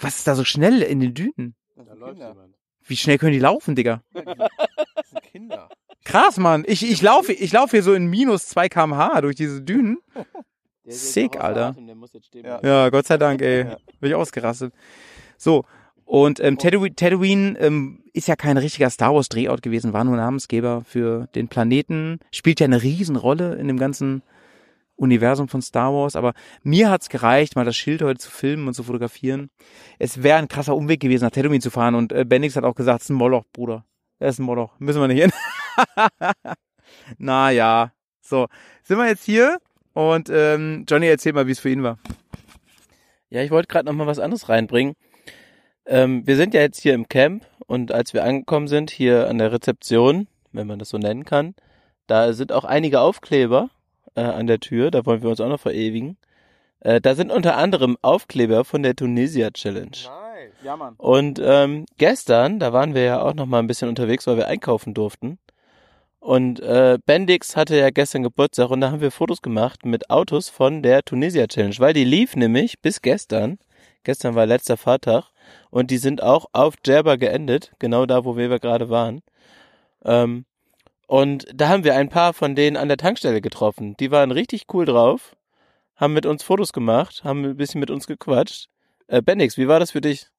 Was ist da so schnell in den Dünen? Da läuft jemand. Wie schnell können die laufen, Digga? Das sind Kinder. Krass, Mann. Ich, ich laufe ich lauf hier so in minus zwei Kilometer pro Stunde durch diese Dünen. Sick, Alter. Ja. Ja, Gott sei Dank, ey. Bin ich ausgerastet. So, und ähm, Tatooine, Tatooine ähm, ist ja kein richtiger Star Wars Drehort gewesen, war nur Namensgeber für den Planeten. Spielt ja eine Riesenrolle in dem ganzen Universum von Star Wars, aber mir hat's gereicht, mal das Schild heute zu filmen und zu fotografieren. Es wäre ein krasser Umweg gewesen, nach Tatooine zu fahren, und äh, Bendix hat auch gesagt, es ist ein Moloch, Bruder. Er ist ein Moloch. Müssen wir nicht hin. Naja. So, sind wir jetzt hier, und ähm, Johnny, erzähl mal, wie es für ihn war. Ja, ich wollte gerade noch mal was anderes reinbringen. Ähm, wir sind ja jetzt hier im Camp, und als wir angekommen sind, hier an der Rezeption, wenn man das so nennen kann, da sind auch einige Aufkleber äh, an der Tür, da wollen wir uns auch noch verewigen. Äh, da sind unter anderem Aufkleber von der Tunisia Challenge. Nice. Ja, Mann. Und ähm, gestern, da waren wir ja auch noch mal ein bisschen unterwegs, weil wir einkaufen durften. Und äh, Bendix hatte ja gestern Geburtstag, und da haben wir Fotos gemacht mit Autos von der Tunisia Challenge, weil die lief nämlich bis gestern. Gestern war letzter Fahrtag, und die sind auch auf Djerba geendet, genau da, wo wir gerade waren. Ähm, und da haben wir ein paar von denen an der Tankstelle getroffen. Die waren richtig cool drauf, haben mit uns Fotos gemacht, haben ein bisschen mit uns gequatscht. Äh, Bendix, wie war das für dich?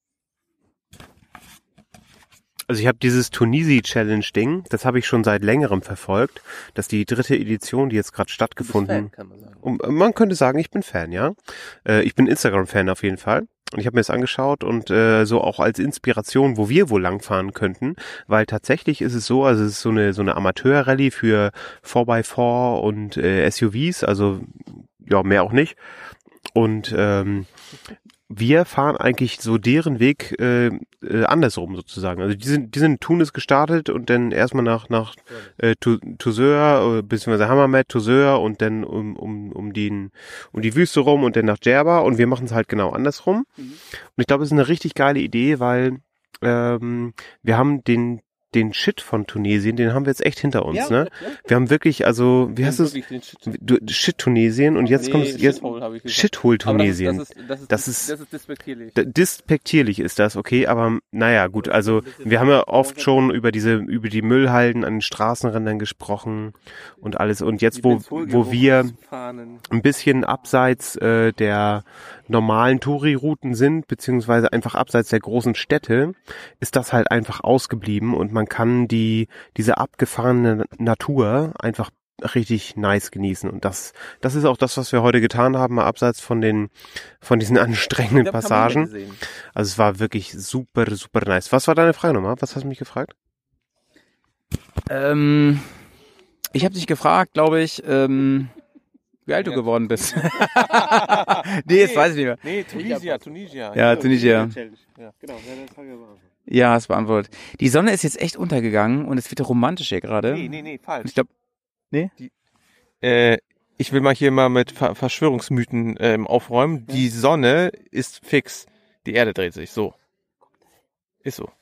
Also ich habe dieses Tunisi-Challenge-Ding, das habe ich schon seit längerem verfolgt. Das ist die dritte Edition, die jetzt gerade stattgefunden. Fan, kann man sagen. Und man könnte sagen, ich bin Fan, ja. Äh, ich bin Instagram-Fan auf jeden Fall. Und ich habe mir das angeschaut, und äh, so auch als Inspiration, wo wir wohl langfahren könnten. Weil tatsächlich ist es so, also es ist so eine so eine Amateur-Rallye für vier bei vier und äh, S U Vs, also ja, mehr auch nicht. Und ähm, wir fahren eigentlich so deren Weg äh, äh, andersrum sozusagen. Also die sind, die sind in Tunis gestartet und dann erstmal nach nach äh, Tuzeur, äh, beziehungsweise Hammamet, Tuzeur, und dann um um um den um die Wüste rum und dann nach Djerba, und wir machen es halt genau andersrum. Mhm. Und ich glaube, es ist eine richtig geile Idee, weil ähm, wir haben den den Shit von Tunesien, den haben wir jetzt echt hinter uns, ja, ne? Ja. Wir haben wirklich, also, wie heißt es? Du, Shit Tunesien, und jetzt nee, kommt jetzt Shithole Tunesien. Das ist, das ist, das ist, das ist despektierlich. Despektierlich ist das, okay, aber naja, gut, also wir haben ja oft schon über diese, über die Müllhalden an den Straßenrändern gesprochen und alles, und jetzt, wo, wo wir ein bisschen abseits äh, der normalen Touri-Routen sind, beziehungsweise einfach abseits der großen Städte, ist das halt einfach ausgeblieben, und man kann die diese abgefahrene Natur einfach richtig nice genießen, und das das ist auch das, was wir heute getan haben, mal abseits von den von diesen anstrengenden Passagen. Also es war wirklich super super nice. Was war deine Frage nochmal? Was hast du mich gefragt? Ähm, ich habe dich gefragt, glaube ich, ähm, wie alt du geworden bist. nee, jetzt weiß ich nicht mehr. Nee, Tunisia, Tunisia. Ja, Tunisia. Ja, genau. Ja, es beantwortet. Die Sonne ist jetzt echt untergegangen, und es wird romantisch hier gerade. Nee, nee, nee, falsch. Ich glaube, nee? Die, äh, ich will mal hier mal mit Ver- Verschwörungsmythen ähm, aufräumen. Die Sonne ist fix. Die Erde dreht sich. So. Ist so.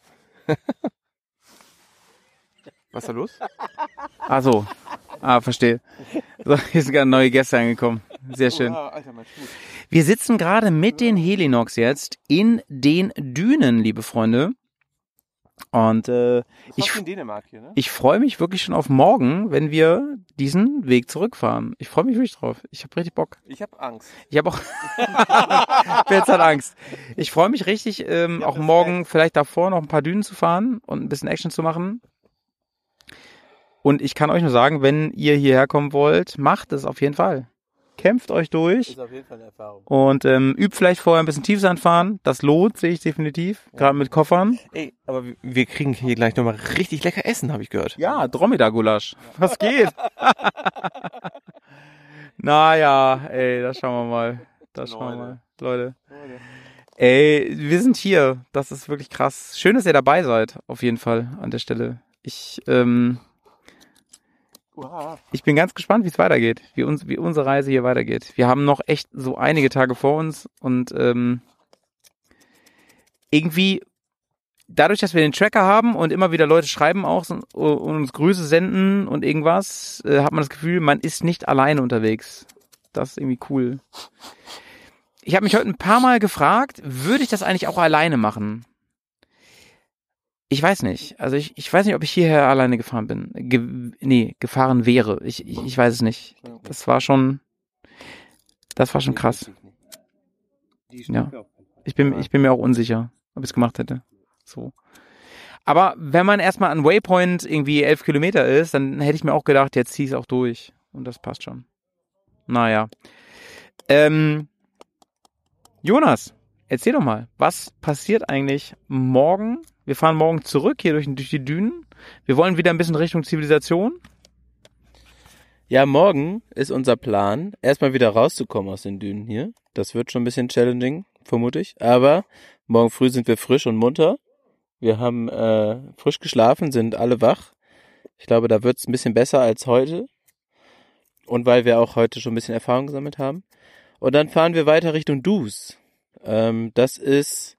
Was ist da los? Ach so. Ah, verstehe. So, hier sind gerade neue Gäste angekommen. Sehr schön. Wir sitzen gerade mit den Helinox jetzt in den Dünen, liebe Freunde. Und äh, ich, hier, ne? ich freue mich wirklich schon auf morgen, wenn wir diesen Weg zurückfahren. Ich freue mich wirklich drauf. Ich habe richtig Bock. Ich habe Angst. Ich habe auch Jetzt hat Angst. Ich freue mich richtig, ähm, auch morgen vielleicht davor noch ein paar Dünen zu fahren und ein bisschen Action zu machen. Und ich kann euch nur sagen, wenn ihr hierher kommen wollt, macht es auf jeden Fall. Kämpft euch durch. Ist auf jeden Fall eine Erfahrung. Und ähm, übt vielleicht vorher ein bisschen Tiefsand fahren. Das lohnt sich definitiv. Ja. Gerade mit Koffern. Ey, aber wir kriegen hier gleich nochmal richtig lecker Essen, habe ich gehört. Ja, Dromedar-Gulasch. Was geht? Naja, ey, das schauen wir mal. Das schauen wir mal. Leute. Ey, wir sind hier. Das ist wirklich krass. Schön, dass ihr dabei seid. Auf jeden Fall an der Stelle. Ich, ähm... Ich bin ganz gespannt, wie es weitergeht, wie, uns, wie unsere Reise hier weitergeht. Wir haben noch echt so einige Tage vor uns, und ähm, irgendwie, dadurch, dass wir den Tracker haben und immer wieder Leute schreiben auch und uns Grüße senden und irgendwas, äh, hat man das Gefühl, man ist nicht alleine unterwegs. Das ist irgendwie cool. Ich habe mich heute ein paar Mal gefragt, würde ich das eigentlich auch alleine machen? Ich weiß nicht. Also ich, ich weiß nicht, ob ich hierher alleine gefahren bin. Ge- nee, gefahren wäre. Ich, ich, ich weiß es nicht. Das war schon, das war schon krass. Ja. Ich bin, ich bin mir auch unsicher, ob ich es gemacht hätte. So. Aber wenn man erstmal an Waypoint irgendwie elf Kilometer ist, dann hätte ich mir auch gedacht, jetzt zieh ich es auch durch. Und das passt schon. Naja. Ähm, Jonas, erzähl doch mal, was passiert eigentlich morgen? Wir fahren morgen zurück hier durch, durch die Dünen. Wir wollen wieder ein bisschen Richtung Zivilisation. Ja, morgen ist unser Plan, erstmal wieder rauszukommen aus den Dünen hier. Das wird schon ein bisschen challenging, vermute ich. Aber morgen früh sind wir frisch und munter. Wir haben äh, frisch geschlafen, sind alle wach. Ich glaube, da wird es ein bisschen besser als heute. Und weil wir auch heute schon ein bisschen Erfahrung gesammelt haben. Und dann fahren wir weiter Richtung Dus. Ähm, das ist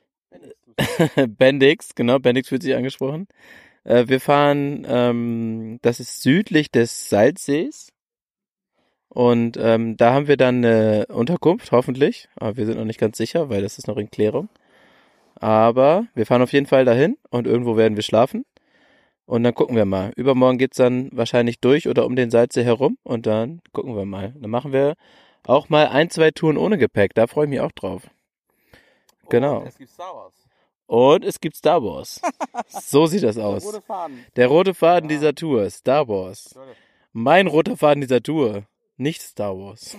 Bendix, genau, Bendix wird sich angesprochen. Äh, wir fahren, ähm, das ist südlich des Salzsees. Und ähm, da haben wir dann eine Unterkunft, hoffentlich. Aber wir sind noch nicht ganz sicher, weil das ist noch in Klärung. Aber wir fahren auf jeden Fall dahin und irgendwo werden wir schlafen. Und dann gucken wir mal. Übermorgen geht's dann wahrscheinlich durch oder um den Salzsee herum. Und dann gucken wir mal. Dann machen wir auch mal ein, zwei Touren ohne Gepäck. Da freue ich mich auch drauf. Genau. Und es gibt Star Wars. Und es gibt Star Wars. So sieht das aus. Der rote Faden. Der rote Faden dieser Tour. Star Wars. Mein roter Faden dieser Tour. Nicht Star Wars.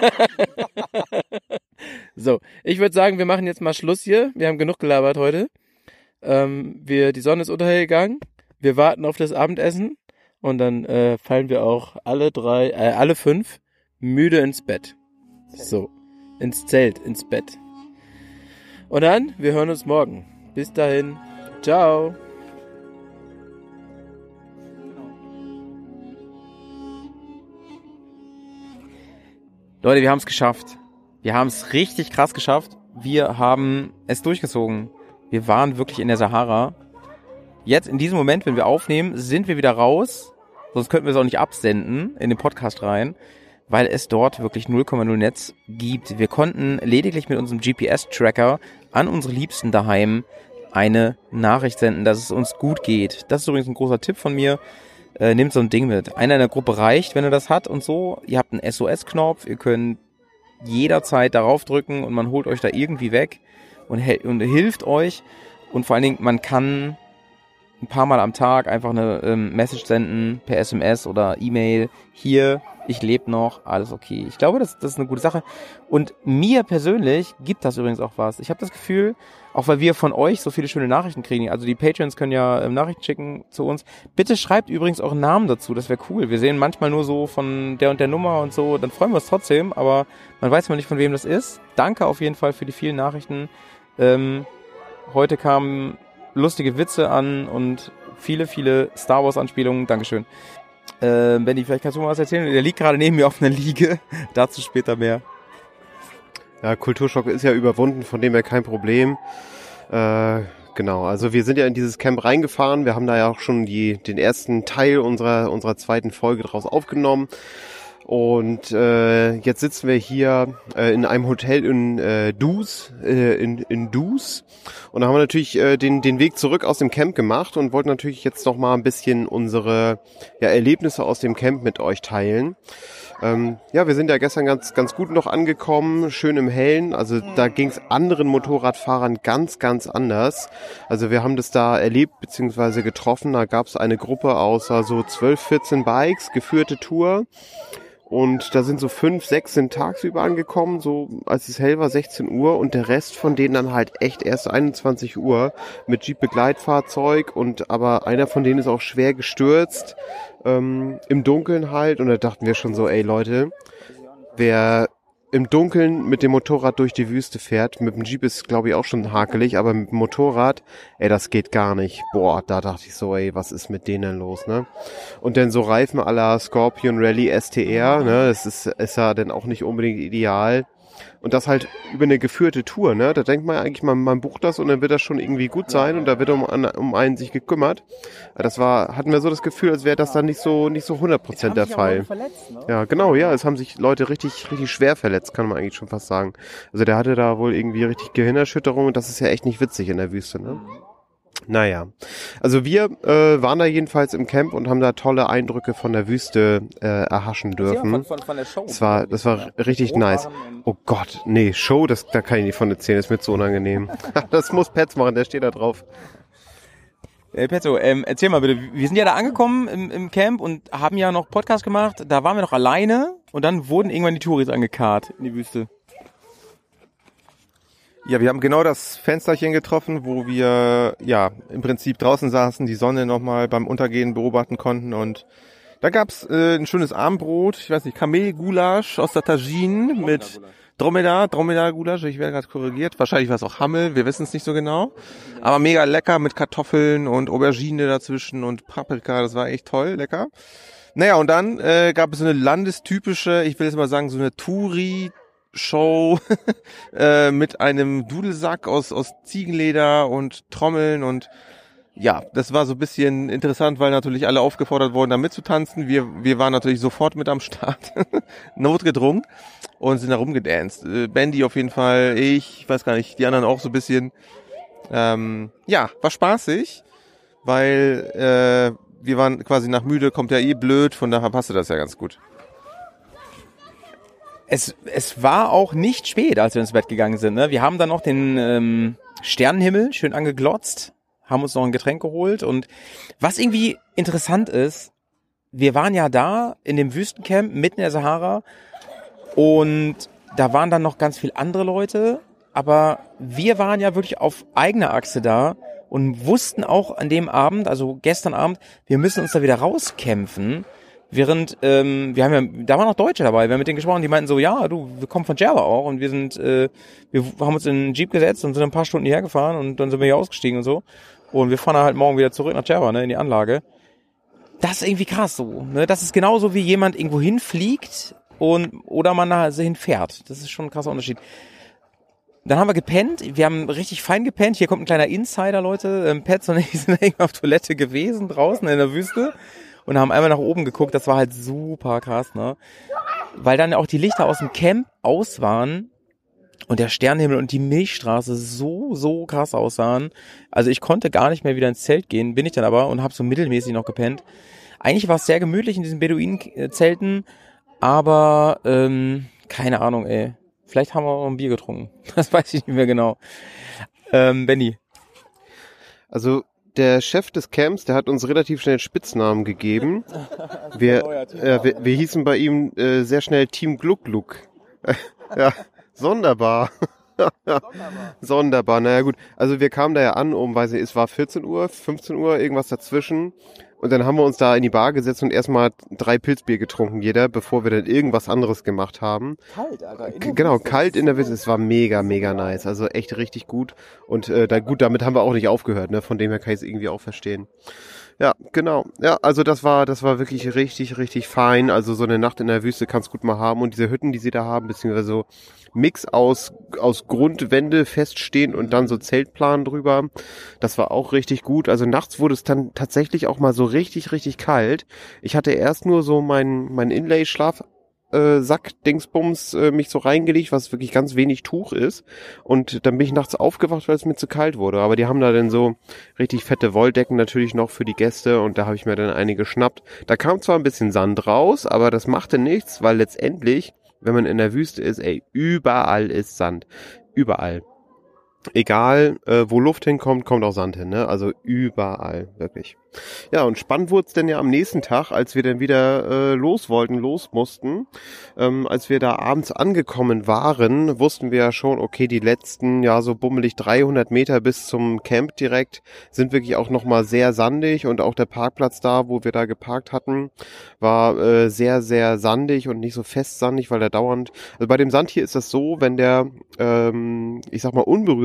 So, ich würde sagen, wir machen jetzt mal Schluss hier. Wir haben genug gelabert heute. Ähm, wir, die Sonne ist untergegangen. Wir warten auf das Abendessen. Und dann äh, fallen wir auch alle drei, äh, alle fünf müde ins Bett. So, ins Zelt, ins Bett. Und dann, wir hören uns morgen. Bis dahin. Ciao. Leute, wir haben es geschafft. Wir haben es richtig krass geschafft. Wir haben es durchgezogen. Wir waren wirklich in der Sahara. Jetzt, in diesem Moment, wenn wir aufnehmen, sind wir wieder raus. Sonst könnten wir es auch nicht absenden in den Podcast rein, weil es dort wirklich null Komma null Netz gibt. Wir konnten lediglich mit unserem G P S-Tracker an unsere Liebsten daheim eine Nachricht senden, dass es uns gut geht. Das ist übrigens ein großer Tipp von mir. Äh, nehmt so ein Ding mit. Einer in der Gruppe reicht, wenn er das hat und so. Ihr habt einen S O S-Knopf, ihr könnt jederzeit darauf drücken und man holt euch da irgendwie weg und, und hilft euch. Und vor allen Dingen, man kann ein paar Mal am Tag einfach eine ähm, Message senden per S M S oder E-Mail. Hier, ich lebe noch, alles okay. Ich glaube, das, das ist eine gute Sache. Und mir persönlich gibt das übrigens auch was. Ich habe das Gefühl, auch weil wir von euch so viele schöne Nachrichten kriegen, also die Patreons können ja ähm, Nachrichten schicken zu uns. Bitte schreibt übrigens euren Namen dazu, das wäre cool. Wir sehen manchmal nur so von der und der Nummer und so, dann freuen wir uns trotzdem, aber man weiß mal nicht, von wem das ist. Danke auf jeden Fall für die vielen Nachrichten. Ähm, heute kamen lustige Witze an und viele, viele Star Wars Anspielungen. Dankeschön. Äh, Benni, vielleicht kannst du mal was erzählen? Der liegt gerade neben mir auf einer Liege. Dazu später mehr. Ja, Kulturschock ist ja überwunden, von dem her kein Problem. Äh, genau, also wir sind ja in dieses Camp reingefahren. Wir haben da ja auch schon die, den ersten Teil unserer, unserer zweiten Folge draus aufgenommen. Und äh, jetzt sitzen wir hier äh, in einem Hotel in äh, Dus, äh, in, in Dus. Und da haben wir natürlich äh, den, den Weg zurück aus dem Camp gemacht und wollten natürlich jetzt noch mal ein bisschen unsere ja, Erlebnisse aus dem Camp mit euch teilen. Ähm, ja, wir sind ja gestern ganz ganz gut noch angekommen, schön im Hellen. Also da ging es anderen Motorradfahrern ganz, ganz anders. Also wir haben das da erlebt bzw. getroffen. Da gab es eine Gruppe aus so zwölf, vierzehn Bikes, geführte Tour. Und da sind so fünf, sechs sind tagsüber angekommen, so als es hell war, sechzehn Uhr. Und der Rest von denen dann halt echt erst einundzwanzig Uhr mit Jeep-Begleitfahrzeug. Und aber einer von denen ist auch schwer gestürzt, ähm, im Dunkeln halt. Und da dachten wir schon so, ey Leute, wer im Dunkeln mit dem Motorrad durch die Wüste fährt, mit dem Jeep ist glaube ich auch schon hakelig, aber mit dem Motorrad, ey, das geht gar nicht. Boah, da dachte ich so, ey, was ist mit denen los, ne? Und dann so Reifen à la Scorpion Rally S T R, ne, das ist, ist ja dann auch nicht unbedingt ideal. Und das halt über eine geführte Tour, ne? Da denkt man eigentlich, man, man bucht das und dann wird das schon irgendwie gut sein und da wird um, um einen sich gekümmert. Das war, hatten wir so das Gefühl, als wäre das dann nicht so, nicht so hundert Prozent der Fall. Verletzt, ne? Ja, genau, ja, es haben sich Leute richtig, richtig schwer verletzt, kann man eigentlich schon fast sagen. Also der hatte da wohl irgendwie richtig Gehirnerschütterung und das ist ja echt nicht witzig in der Wüste, ne? Naja, also wir äh, waren da jedenfalls im Camp und haben da tolle Eindrücke von der Wüste äh, erhaschen dürfen. Von, von, von der Show. Das war, das war richtig nice. Oh Gott, nee, Show, das, da kann ich nicht von erzählen, das ist mir zu unangenehm. Das muss Petz machen, der steht da drauf. Hey Petzo, ähm, erzähl mal bitte, wir sind ja da angekommen im, im Camp und haben ja noch Podcast gemacht, da waren wir noch alleine und dann wurden irgendwann die Touris angekarrt in die Wüste. Ja, wir haben genau das Fensterchen getroffen, wo wir ja im Prinzip draußen saßen, die Sonne nochmal beim Untergehen beobachten konnten und da gab's äh, ein schönes Abendbrot, ich weiß nicht, Kamelgulasch aus der Tagine mit Dromedar, Dromedar-Gulasch, ich werde gerade korrigiert, wahrscheinlich war es auch Hammel, wir wissen es nicht so genau, aber mega lecker mit Kartoffeln und Aubergine dazwischen und Paprika, das war echt toll, lecker. Naja, und dann äh, gab es so eine landestypische, ich will jetzt mal sagen, so eine Touri- Show äh, mit einem Dudelsack aus aus Ziegenleder und Trommeln und ja, das war so ein bisschen interessant, weil natürlich alle aufgefordert wurden, da mitzutanzen. Wir wir waren natürlich sofort mit am Start, notgedrungen und sind da rumgedanced. Äh, Bandy auf jeden Fall, ich weiß gar nicht, die anderen auch so ein bisschen. Ähm, ja, war spaßig, weil äh, wir waren quasi nach müde, kommt ja eh blöd, von daher passte das ja ganz gut. Es, es war auch nicht spät, als wir ins Bett gegangen sind. Ne? Wir haben dann noch den ähm, Sternenhimmel schön angeglotzt, haben uns noch ein Getränk geholt. Und was irgendwie interessant ist, wir waren ja da in dem Wüstencamp mitten in der Sahara und da waren dann noch ganz viele andere Leute. Aber wir waren ja wirklich auf eigener Achse da und wussten auch an dem Abend, also gestern Abend, wir müssen uns da wieder rauskämpfen. Während, ähm, wir haben ja, da waren noch Deutsche dabei, wir haben mit denen gesprochen, die meinten so, ja, du, wir kommen von Djerba auch und wir sind, äh, wir haben uns in einen Jeep gesetzt und sind ein paar Stunden hierher gefahren und dann sind wir hier ausgestiegen und so. Und wir fahren halt morgen wieder zurück nach Djerba, ne, in die Anlage. Das ist irgendwie krass so, ne, das ist genauso wie jemand irgendwo hinfliegt und, oder man da hinfährt. Das ist schon ein krasser Unterschied. Dann haben wir gepennt, wir haben richtig fein gepennt, hier kommt ein kleiner Insider, Leute, ähm, Pets und ich sind irgendwie auf Toilette gewesen, draußen in der Wüste. Und haben einmal nach oben geguckt, das war halt super krass, ne? Weil dann auch die Lichter aus dem Camp aus waren und der Sternenhimmel und die Milchstraße so, so krass aussahen. Also ich konnte gar nicht mehr wieder ins Zelt gehen, bin ich dann aber und habe so mittelmäßig noch gepennt. Eigentlich war es sehr gemütlich in diesen Beduinen-Zelten, aber ähm, keine Ahnung, ey. Vielleicht haben wir auch ein Bier getrunken. Das weiß ich nicht mehr genau. Ähm, Benni. Also der Chef des Camps, der hat uns relativ schnell Spitznamen gegeben. Wir, äh, wir, wir hießen bei ihm äh, sehr schnell Team Gluck Gluck. Ja, sonderbar. Sonderbar, naja gut. Also wir kamen da ja an um, weiß ich, es war vierzehn Uhr, fünfzehn Uhr, irgendwas dazwischen. Und dann haben wir uns da in die Bar gesetzt und erstmal drei Pilzbier getrunken, jeder, bevor wir dann irgendwas anderes gemacht haben. Kalt, Alter. K- genau, kalt in der Wüste. Es war mega, mega nice. Also echt richtig gut. Und äh, da gut, damit haben wir auch nicht aufgehört, ne? Von dem her kann ich es irgendwie auch verstehen. Ja, genau. Ja, also das war, das war wirklich richtig, richtig fein. Also so eine Nacht in der Wüste kannst gut mal haben. Und diese Hütten, die sie da haben, beziehungsweise so Mix aus, aus Grundwände feststehen und dann so Zeltplan drüber. Das war auch richtig gut. Also nachts wurde es dann tatsächlich auch mal so richtig, richtig kalt. Ich hatte erst nur so mein, mein Inlay-Schlaf äh, Sack-Dingsbums äh, mich so reingelegt, was wirklich ganz wenig Tuch ist. Und dann bin ich nachts aufgewacht, weil es mir zu kalt wurde. Aber die haben da dann so richtig fette Wolldecken natürlich noch für die Gäste und da habe ich mir dann eine geschnappt. Da kam zwar ein bisschen Sand raus, aber das machte nichts, weil letztendlich, wenn man in der Wüste ist, ey, überall ist Sand. Überall. Egal, äh, wo Luft hinkommt, kommt auch Sand hin, ne? Also überall, wirklich. Ja, und spannend wurde es denn ja am nächsten Tag, als wir dann wieder äh, los wollten, los mussten. Ähm, als wir da abends angekommen waren, wussten wir ja schon, okay, die letzten, ja, so bummelig dreihundert Meter bis zum Camp direkt sind wirklich auch nochmal sehr sandig und auch der Parkplatz da, wo wir da geparkt hatten, war äh, sehr, sehr sandig und nicht so fest sandig, weil der dauernd, also bei dem Sand hier ist das so, wenn der, ähm, ich sag mal, unberührt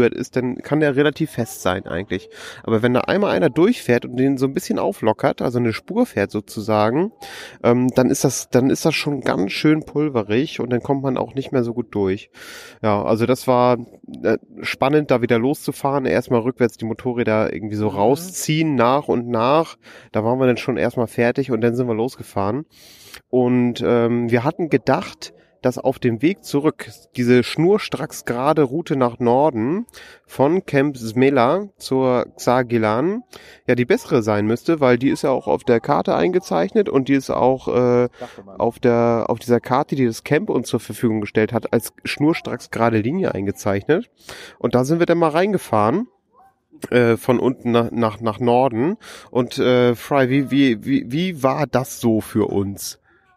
berührt ist, dann kann der relativ fest sein eigentlich. Aber wenn da einmal einer durchfährt und den so ein bisschen auflockert, also eine Spur fährt sozusagen, ähm, dann ist das, dann ist das schon ganz schön pulverig und dann kommt man auch nicht mehr so gut durch. Ja, also das war äh, spannend, da wieder loszufahren, erstmal rückwärts die Motorräder irgendwie so rausziehen, nach und nach. Da waren wir dann schon erstmal fertig und dann sind wir losgefahren. Und ähm, wir hatten gedacht, dass auf dem Weg zurück diese schnurstracks gerade Route nach Norden von Camp Smela zur Xagilan ja die bessere sein müsste, weil die ist ja auch auf der Karte eingezeichnet und die ist auch äh, auf der auf dieser Karte, die das Camp uns zur Verfügung gestellt hat, als schnurstracks gerade Linie eingezeichnet. Und da sind wir dann mal reingefahren. Äh, von unten nach, nach, nach Norden. Und äh, Fry, wie, wie, wie, wie war das so für uns?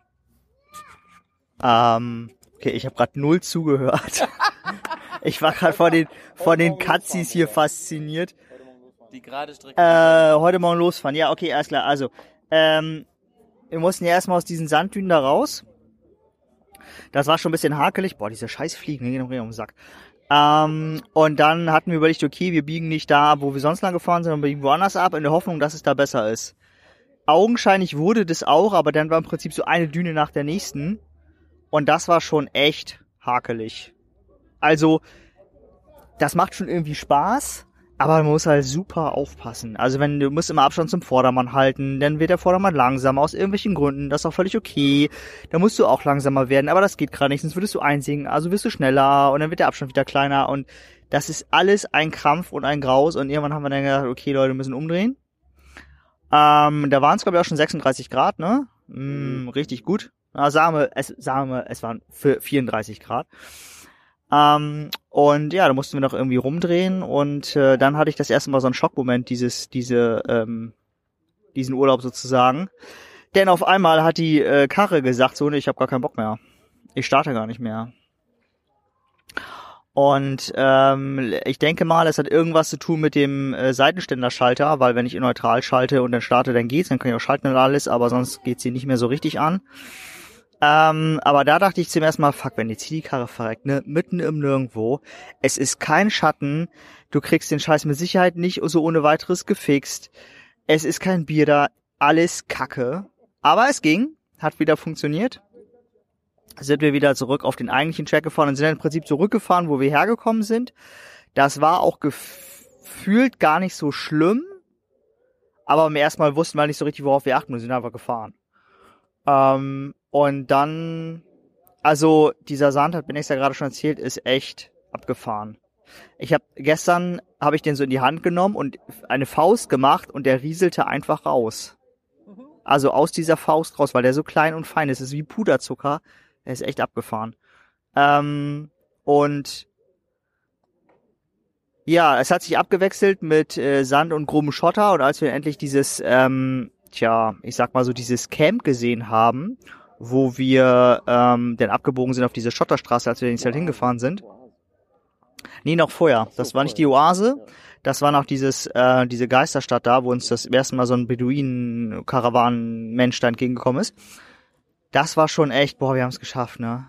Ähm, okay, ich habe gerade null zugehört. Ich war gerade von den von den Cutsies hier fasziniert. Die gerade Strecke. Äh, heute Morgen losfahren. Ja, okay, alles klar. Also, ähm, wir mussten ja erstmal aus diesen Sanddünen da raus. Das war schon ein bisschen hakelig. Boah, diese scheiß Fliegen, die gehen noch um den Sack. Ähm, und dann hatten wir überlegt, okay, wir biegen nicht da ab, wo wir sonst lang gefahren sind, sondern biegen woanders ab, in der Hoffnung, dass es da besser ist. Augenscheinlich wurde das auch, aber dann war im Prinzip so eine Düne nach der nächsten. Und das war schon echt hakelig. Also, das macht schon irgendwie Spaß, aber man muss halt super aufpassen. Also wenn du musst immer Abstand zum Vordermann halten, dann wird der Vordermann langsamer aus irgendwelchen Gründen. Das ist auch völlig okay. Da musst du auch langsamer werden, aber das geht gerade nicht, sonst würdest du einsinken. Also wirst du schneller und dann wird der Abstand wieder kleiner. Und das ist alles ein Krampf und ein Graus. Und irgendwann haben wir dann gedacht, okay Leute, wir müssen umdrehen. Ähm, da waren es glaube ich auch schon sechsunddreißig Grad, ne? Mm, richtig gut. Na, sagen wir, es, sagen wir, es waren vierunddreißig Grad. Ähm, und ja, da mussten wir noch irgendwie rumdrehen und äh, dann hatte ich das erste Mal so einen Schockmoment, dieses, diese, ähm, diesen Urlaub sozusagen. Denn auf einmal hat die äh, Karre gesagt, so, nee, ich habe gar keinen Bock mehr. Ich starte gar nicht mehr. Und ähm, ich denke mal, es hat irgendwas zu tun mit dem äh, Seitenständerschalter, weil wenn ich in neutral schalte und dann starte, dann geht's, dann kann ich auch schalten und alles, aber sonst geht's hier nicht mehr so richtig an. Ähm, aber da dachte ich zum ersten Mal, fuck, wenn jetzt hier die Karre verreckt, ne, mitten im Nirgendwo, es ist kein Schatten, du kriegst den Scheiß mit Sicherheit nicht so ohne weiteres gefixt, es ist kein Bier da, alles Kacke, aber es ging, hat wieder funktioniert, sind wir wieder zurück auf den eigentlichen Track gefahren und sind dann im Prinzip zurückgefahren, wo wir hergekommen sind. Das war auch gefühlt gar nicht so schlimm, aber beim ersten Mal wussten wir nicht so richtig, worauf wir achten, wir sind einfach gefahren. Ähm, und dann, also dieser Sand, hat Benix ja gerade schon erzählt, ist echt abgefahren. Ich habe gestern habe ich den so in die Hand genommen und eine Faust gemacht und der rieselte einfach raus. Also aus dieser Faust raus, weil der so klein und fein ist. Es ist wie Puderzucker. Er ist echt abgefahren. Ähm, und ja, es hat sich abgewechselt mit äh, Sand und grobem Schotter und als wir endlich dieses, ähm, tja, ich sag mal so dieses Camp gesehen haben, wo wir ähm, dann abgebogen sind auf diese Schotterstraße, als wir in Zelt hingefahren sind. Nee, noch vorher. Das war nicht die Oase. Das war noch dieses, äh, diese Geisterstadt da, wo uns das erste Mal so ein Beduinen-Karawanen-Mensch da entgegengekommen ist. Das war schon echt, boah, wir haben es geschafft, ne?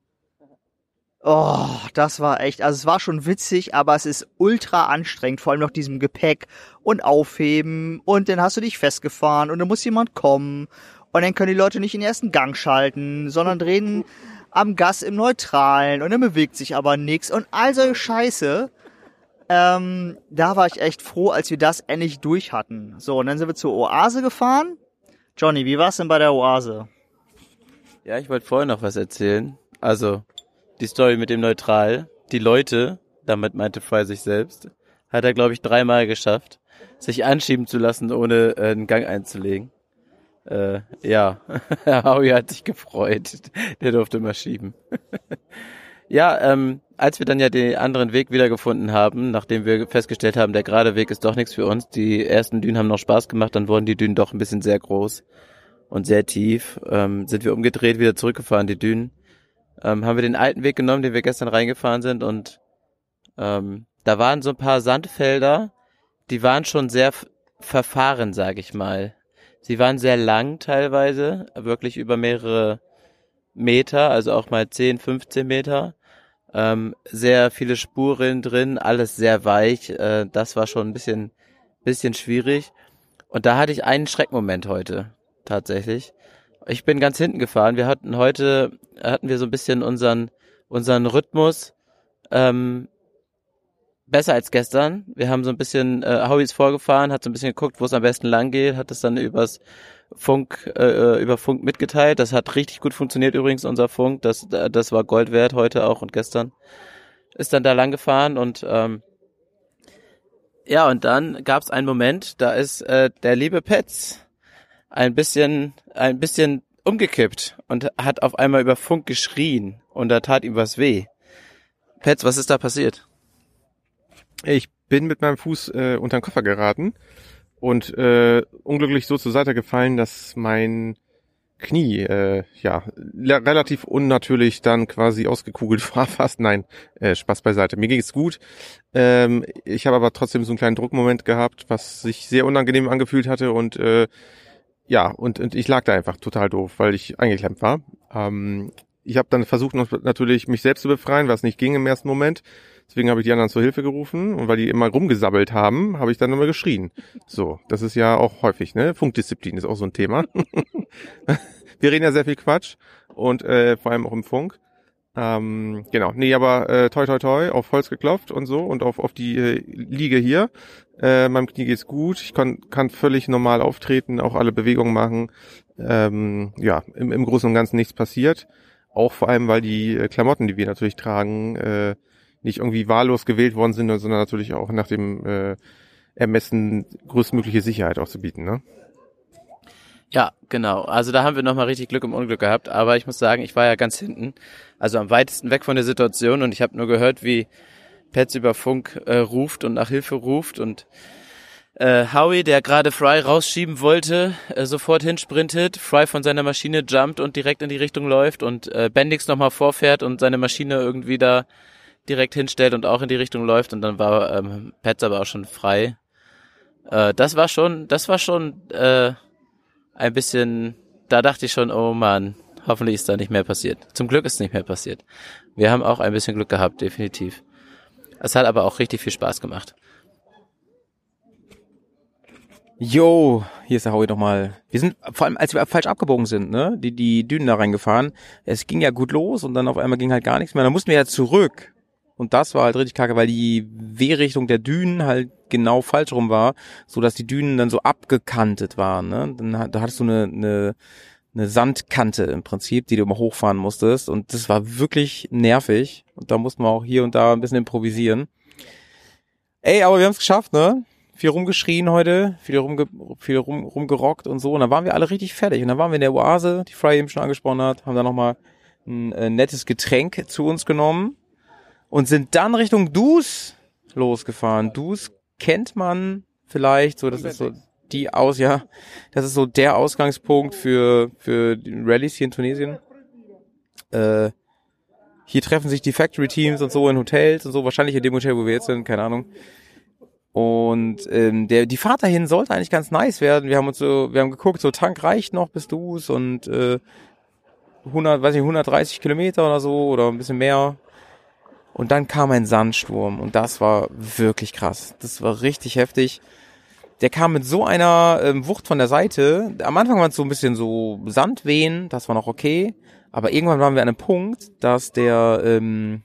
Oh, das war echt, also es war schon witzig, aber es ist ultra anstrengend, vor allem noch diesem Gepäck und Aufheben und dann hast du dich festgefahren und dann muss jemand kommen und dann können die Leute nicht in den ersten Gang schalten, sondern drehen am Gas im Neutralen und dann bewegt sich aber nix und all solche Scheiße. Ähm, da war ich echt froh, als wir das endlich durch hatten. So, und dann sind wir zur Oase gefahren. Johnny, wie war's denn bei der Oase? Ja, ich wollte vorher noch was erzählen. Also, die Story mit dem Neutral. Die Leute, damit meinte Fry sich selbst, hat er, glaube ich, dreimal geschafft, sich anschieben zu lassen, ohne äh, einen Gang einzulegen. Äh, ja, Howie hat sich gefreut. Der durfte mal schieben. Ja, ähm, als wir dann ja den anderen Weg wiedergefunden haben, nachdem wir festgestellt haben, der gerade Weg ist doch nichts für uns, die ersten Dünen haben noch Spaß gemacht, dann wurden die Dünen doch ein bisschen sehr groß und sehr tief, ähm, sind wir umgedreht, wieder zurückgefahren, die Dünen, ähm, haben wir den alten Weg genommen, den wir gestern reingefahren sind und ähm, da waren so ein paar Sandfelder, die waren schon sehr f- verfahren, sage ich mal. Sie waren sehr lang teilweise, wirklich über mehrere Meter, also auch mal zehn, fünfzehn Meter. Ähm, sehr viele Spuren drin, alles sehr weich. Äh, das war schon ein bisschen, bisschen schwierig. Und da hatte ich einen Schreckmoment heute, tatsächlich. Ich bin ganz hinten gefahren. Wir hatten heute, hatten wir so ein bisschen unseren, unseren Rhythmus, ähm, besser als gestern. Wir haben so ein bisschen, äh, Howie ist vorgefahren, hat so ein bisschen geguckt, wo es am besten lang geht, hat es dann übers Funk, äh, über Funk mitgeteilt. Das hat richtig gut funktioniert übrigens, unser Funk. Das, das war Gold wert heute auch und gestern. Ist dann da lang gefahren und, ähm, ja, und dann gab es einen Moment, da ist äh, der liebe Petz ein bisschen, ein bisschen umgekippt und hat auf einmal über Funk geschrien und da tat ihm was weh. Petz, was ist da passiert? Ich bin mit meinem Fuß äh, unter den Koffer geraten und äh, unglücklich so zur Seite gefallen, dass mein Knie äh, ja le- relativ unnatürlich dann quasi ausgekugelt war fast. Nein, äh, Spaß beiseite. Mir ging es gut. Ähm, ich habe aber trotzdem so einen kleinen Druckmoment gehabt, was sich sehr unangenehm angefühlt hatte und äh, ja, und, und ich lag da einfach total doof, weil ich eingeklemmt war. Ähm, ich habe dann versucht noch natürlich mich selbst zu befreien, was nicht ging im ersten Moment. Deswegen habe ich die anderen zur Hilfe gerufen und weil die immer rumgesabbelt haben, habe ich dann immer geschrien. So, das ist ja auch häufig, ne? Funkdisziplin ist auch so ein Thema. Wir reden ja sehr viel Quatsch und äh, vor allem auch im Funk. Ähm, genau, nee, aber äh, toi toi toi, auf Holz geklopft und so und auf auf die äh, Liege hier. Äh, meinem Knie geht's gut, ich kann, kann völlig normal auftreten, auch alle Bewegungen machen. Ähm, ja, im, im Großen und Ganzen nichts passiert. Auch vor allem, weil die äh, Klamotten, die wir natürlich tragen, äh, nicht irgendwie wahllos gewählt worden sind, sondern natürlich auch nach dem äh, Ermessen größtmögliche Sicherheit auch zu bieten, ne? Ja, genau. Also da haben wir nochmal richtig Glück im Unglück gehabt. Aber ich muss sagen, ich war ja ganz hinten, also am weitesten weg von der Situation und ich habe nur gehört, wie Petz über Funk äh, ruft und nach Hilfe ruft und äh, Howie, der gerade Fry rausschieben wollte, äh, sofort hinsprintet, Fry von seiner Maschine jumpt und direkt in die Richtung läuft und äh, Bendix nochmal vorfährt und seine Maschine irgendwie da direkt hinstellt und auch in die Richtung läuft und dann war ähm, Petz aber auch schon frei. Äh, das war schon, das war schon äh, ein bisschen, da dachte ich schon, oh Mann, hoffentlich ist da nicht mehr passiert. Zum Glück ist nicht mehr passiert. Wir haben auch ein bisschen Glück gehabt, definitiv. Es hat aber auch richtig viel Spaß gemacht. Jo, hier ist der Howie nochmal. Wir sind, vor allem als wir falsch abgebogen sind, ne, die, die Dünen da reingefahren, es ging ja gut los und dann auf einmal ging halt gar nichts mehr. Dann mussten wir ja zurück. Und das war halt richtig kacke, weil die Wehrichtung der Dünen halt genau falsch rum war, so dass die Dünen dann so abgekantet waren, ne. Dann da hattest du eine, eine, eine Sandkante im Prinzip, die du immer hochfahren musstest und das war wirklich nervig und da mussten wir auch hier und da ein bisschen improvisieren. Ey, aber wir haben es geschafft, ne? Viel rumgeschrien heute, viel, rumge viel rum, rumgerockt und so und dann waren wir alle richtig fertig und dann waren wir in der Oase, die Fry eben schon angesprochen hat, haben dann nochmal ein äh, nettes Getränk zu uns genommen und sind dann Richtung Dus losgefahren. Dus kennt man vielleicht, so das ist so die aus, ja, das ist so der Ausgangspunkt für für die Rallyes hier in Tunesien. Äh, hier treffen sich die Factory Teams und so in Hotels und so, wahrscheinlich in dem Hotel, wo wir jetzt sind, keine Ahnung. Und ähm, der die Fahrt dahin sollte eigentlich ganz nice werden. Wir haben uns so, wir haben geguckt, so Tank reicht noch bis Dus und äh, hundert, weiß ich, hundertdreißig Kilometer oder so oder ein bisschen mehr. Und dann kam ein Sandsturm und das war wirklich krass. Das war richtig heftig. Der kam mit so einer ähm, Wucht von der Seite. Am Anfang waren es so ein bisschen so Sandwehen, das war noch okay. Aber irgendwann waren wir an einem Punkt, dass der ähm,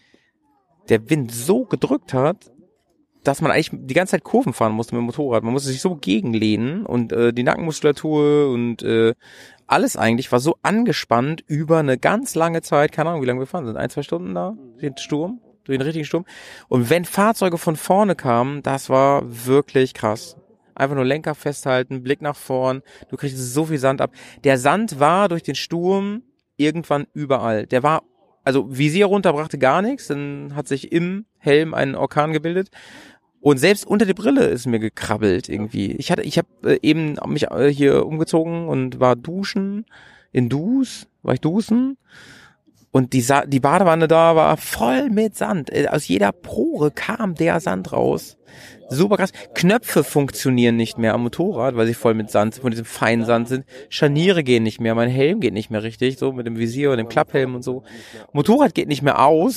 der Wind so gedrückt hat, dass man eigentlich die ganze Zeit Kurven fahren musste mit dem Motorrad. Man musste sich so gegenlehnen und äh, die Nackenmuskulatur und äh, alles eigentlich war so angespannt über eine ganz lange Zeit. Keine Ahnung, wie lange wir fahren sind. Ein, zwei Stunden da, durch den Sturm, durch den richtigen Sturm. Und wenn Fahrzeuge von vorne kamen, das war wirklich krass. Einfach nur Lenker festhalten, Blick nach vorn. Du kriegst so viel Sand ab. Der Sand war durch den Sturm irgendwann überall. Der war, also Visier runter brachte gar nichts. Dann hat sich im Helm ein Orkan gebildet. Und selbst unter die Brille ist mir gekrabbelt irgendwie. Ich hatte, ich habe äh, eben mich äh, hier umgezogen und war duschen in Dus, war ich duschen und die Sa- die Badewanne da war voll mit Sand. Äh, aus jeder Pore kam der Sand raus. Super krass. Knöpfe funktionieren nicht mehr am Motorrad, weil sie voll mit Sand, von diesem feinen Sand sind. Scharniere gehen nicht mehr, mein Helm geht nicht mehr richtig, so mit dem Visier und dem Klapphelm und so. Motorrad geht nicht mehr aus,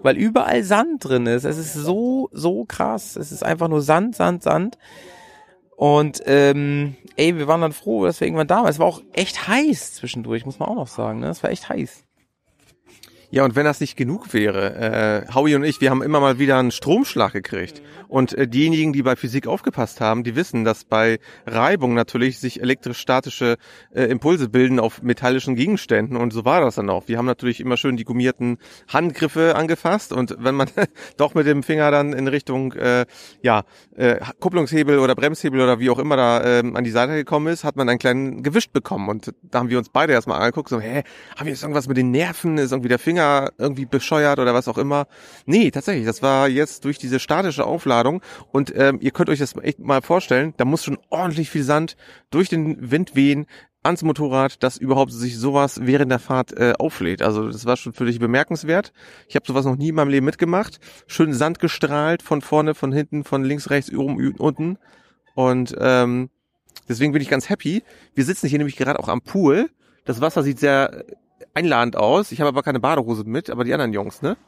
weil überall Sand drin ist. Es ist so, so krass. Es ist einfach nur Sand, Sand, Sand. Und ähm, ey, wir waren dann froh, dass wir irgendwann da waren. Es war auch echt heiß zwischendurch, muss man auch noch sagen. Ne? Es war echt heiß. Ja, und wenn das nicht genug wäre, äh, Howie und ich, wir haben immer mal wieder einen Stromschlag gekriegt. Und äh, diejenigen, die bei Physik aufgepasst haben, die wissen, dass bei Reibung natürlich sich elektrisch-statische äh, Impulse bilden auf metallischen Gegenständen. Und so war das dann auch. Wir haben natürlich immer schön die gummierten Handgriffe angefasst. Und wenn man doch mit dem Finger dann in Richtung äh, ja äh, Kupplungshebel oder Bremshebel oder wie auch immer da äh, an die Seite gekommen ist, hat man einen kleinen gewischt bekommen. Und da haben wir uns beide erstmal angeguckt, so, hä, haben wir jetzt irgendwas mit den Nerven? Ist irgendwie der Finger irgendwie bescheuert oder was auch immer. Nee, tatsächlich, das war jetzt durch diese statische Aufladung und ähm, ihr könnt euch das echt mal vorstellen, da muss schon ordentlich viel Sand durch den Wind wehen ans Motorrad, dass überhaupt sich sowas während der Fahrt äh, auflädt. Also das war schon völlig bemerkenswert. Ich habe sowas noch nie in meinem Leben mitgemacht. Schön Sand gestrahlt, von vorne, von hinten, von links, rechts, oben, unten. Und ähm, deswegen bin ich ganz happy. Wir sitzen hier nämlich gerade auch am Pool. Das Wasser sieht sehr einladend aus. Ich habe aber keine Badehose mit, aber die anderen Jungs, ne?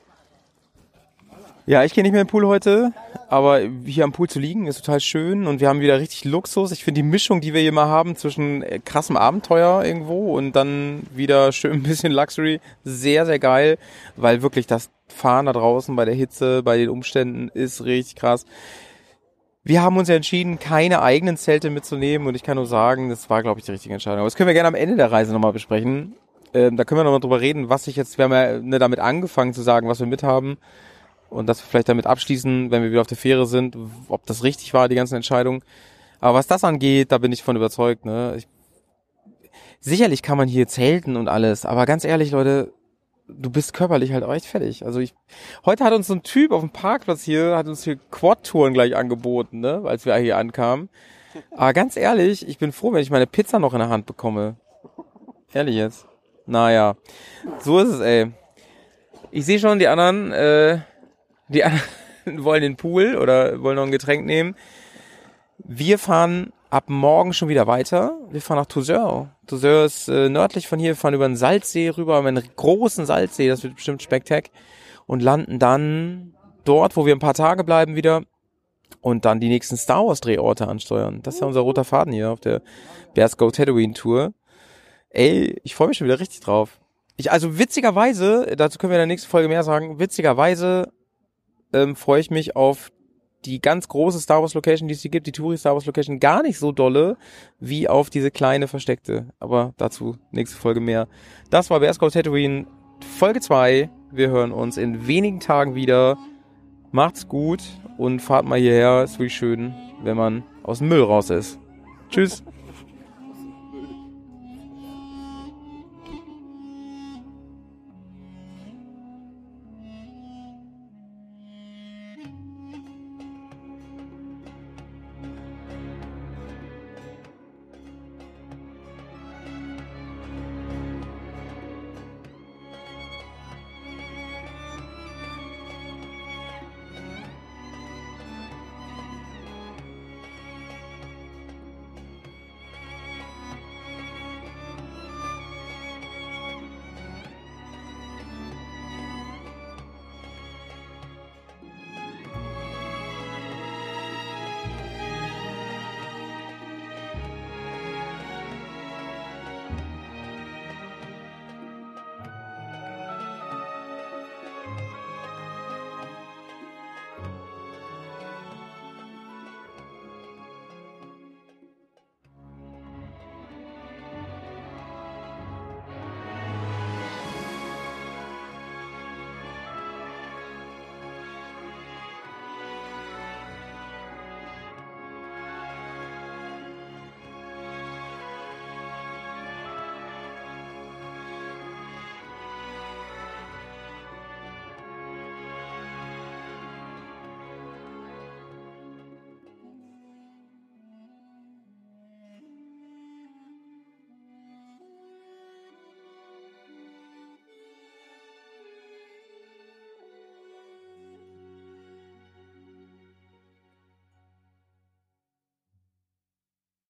Ja, ich gehe nicht mehr in den Pool heute, aber hier am Pool zu liegen ist total schön und wir haben wieder richtig Luxus. Ich finde die Mischung, die wir hier mal haben zwischen krassem Abenteuer irgendwo und dann wieder schön ein bisschen Luxury, sehr, sehr geil, weil wirklich das Fahren da draußen bei der Hitze, bei den Umständen ist richtig krass. Wir haben uns ja entschieden, keine eigenen Zelte mitzunehmen und ich kann nur sagen, das war, glaube ich, die richtige Entscheidung. Aber das können wir gerne am Ende der Reise nochmal besprechen. Ähm, da können wir nochmal drüber reden, was ich jetzt, wir haben ja ne, damit angefangen zu sagen, was wir mit haben und dass wir vielleicht damit abschließen, wenn wir wieder auf der Fähre sind, ob das richtig war, die ganzen Entscheidungen. Aber was das angeht, da bin ich von überzeugt. Ne? Ich, sicherlich kann man hier zelten und alles, aber ganz ehrlich, Leute, du bist körperlich halt auch echt fertig. Also ich, heute hat uns so ein Typ auf dem Parkplatz hier, hat uns hier Quad-Touren gleich angeboten, ne, als wir hier ankamen. Aber ganz ehrlich, ich bin froh, wenn ich meine Pizza noch in der Hand bekomme. Ehrlich jetzt. Naja, so ist es, ey. Ich sehe schon, die anderen, äh, die anderen wollen den Pool oder wollen noch ein Getränk nehmen. Wir fahren ab morgen schon wieder weiter. Wir fahren nach Touzeur. Touzeur ist äh, nördlich von hier. Wir fahren über den Salzsee rüber, über einen großen Salzsee, das wird bestimmt spektakulär. Und landen dann dort, wo wir ein paar Tage bleiben wieder. Und dann die nächsten Star Wars Drehorte ansteuern. Das ist ja unser roter Faden hier auf der Bears Go Tatooine Tour. Ey, ich freue mich schon wieder richtig drauf. Ich, also witzigerweise, dazu können wir in der nächsten Folge mehr sagen, witzigerweise ähm, freue ich mich auf die ganz große Star Wars Location, die es hier gibt, die Touri Star Wars Location, gar nicht so dolle wie auf diese kleine versteckte. Aber dazu nächste Folge mehr. Das war Bears Go Tatooine Folge zwei. Wir hören uns in wenigen Tagen wieder. Macht's gut und fahrt mal hierher. Ist wirklich schön, wenn man aus dem Müll raus ist. Tschüss.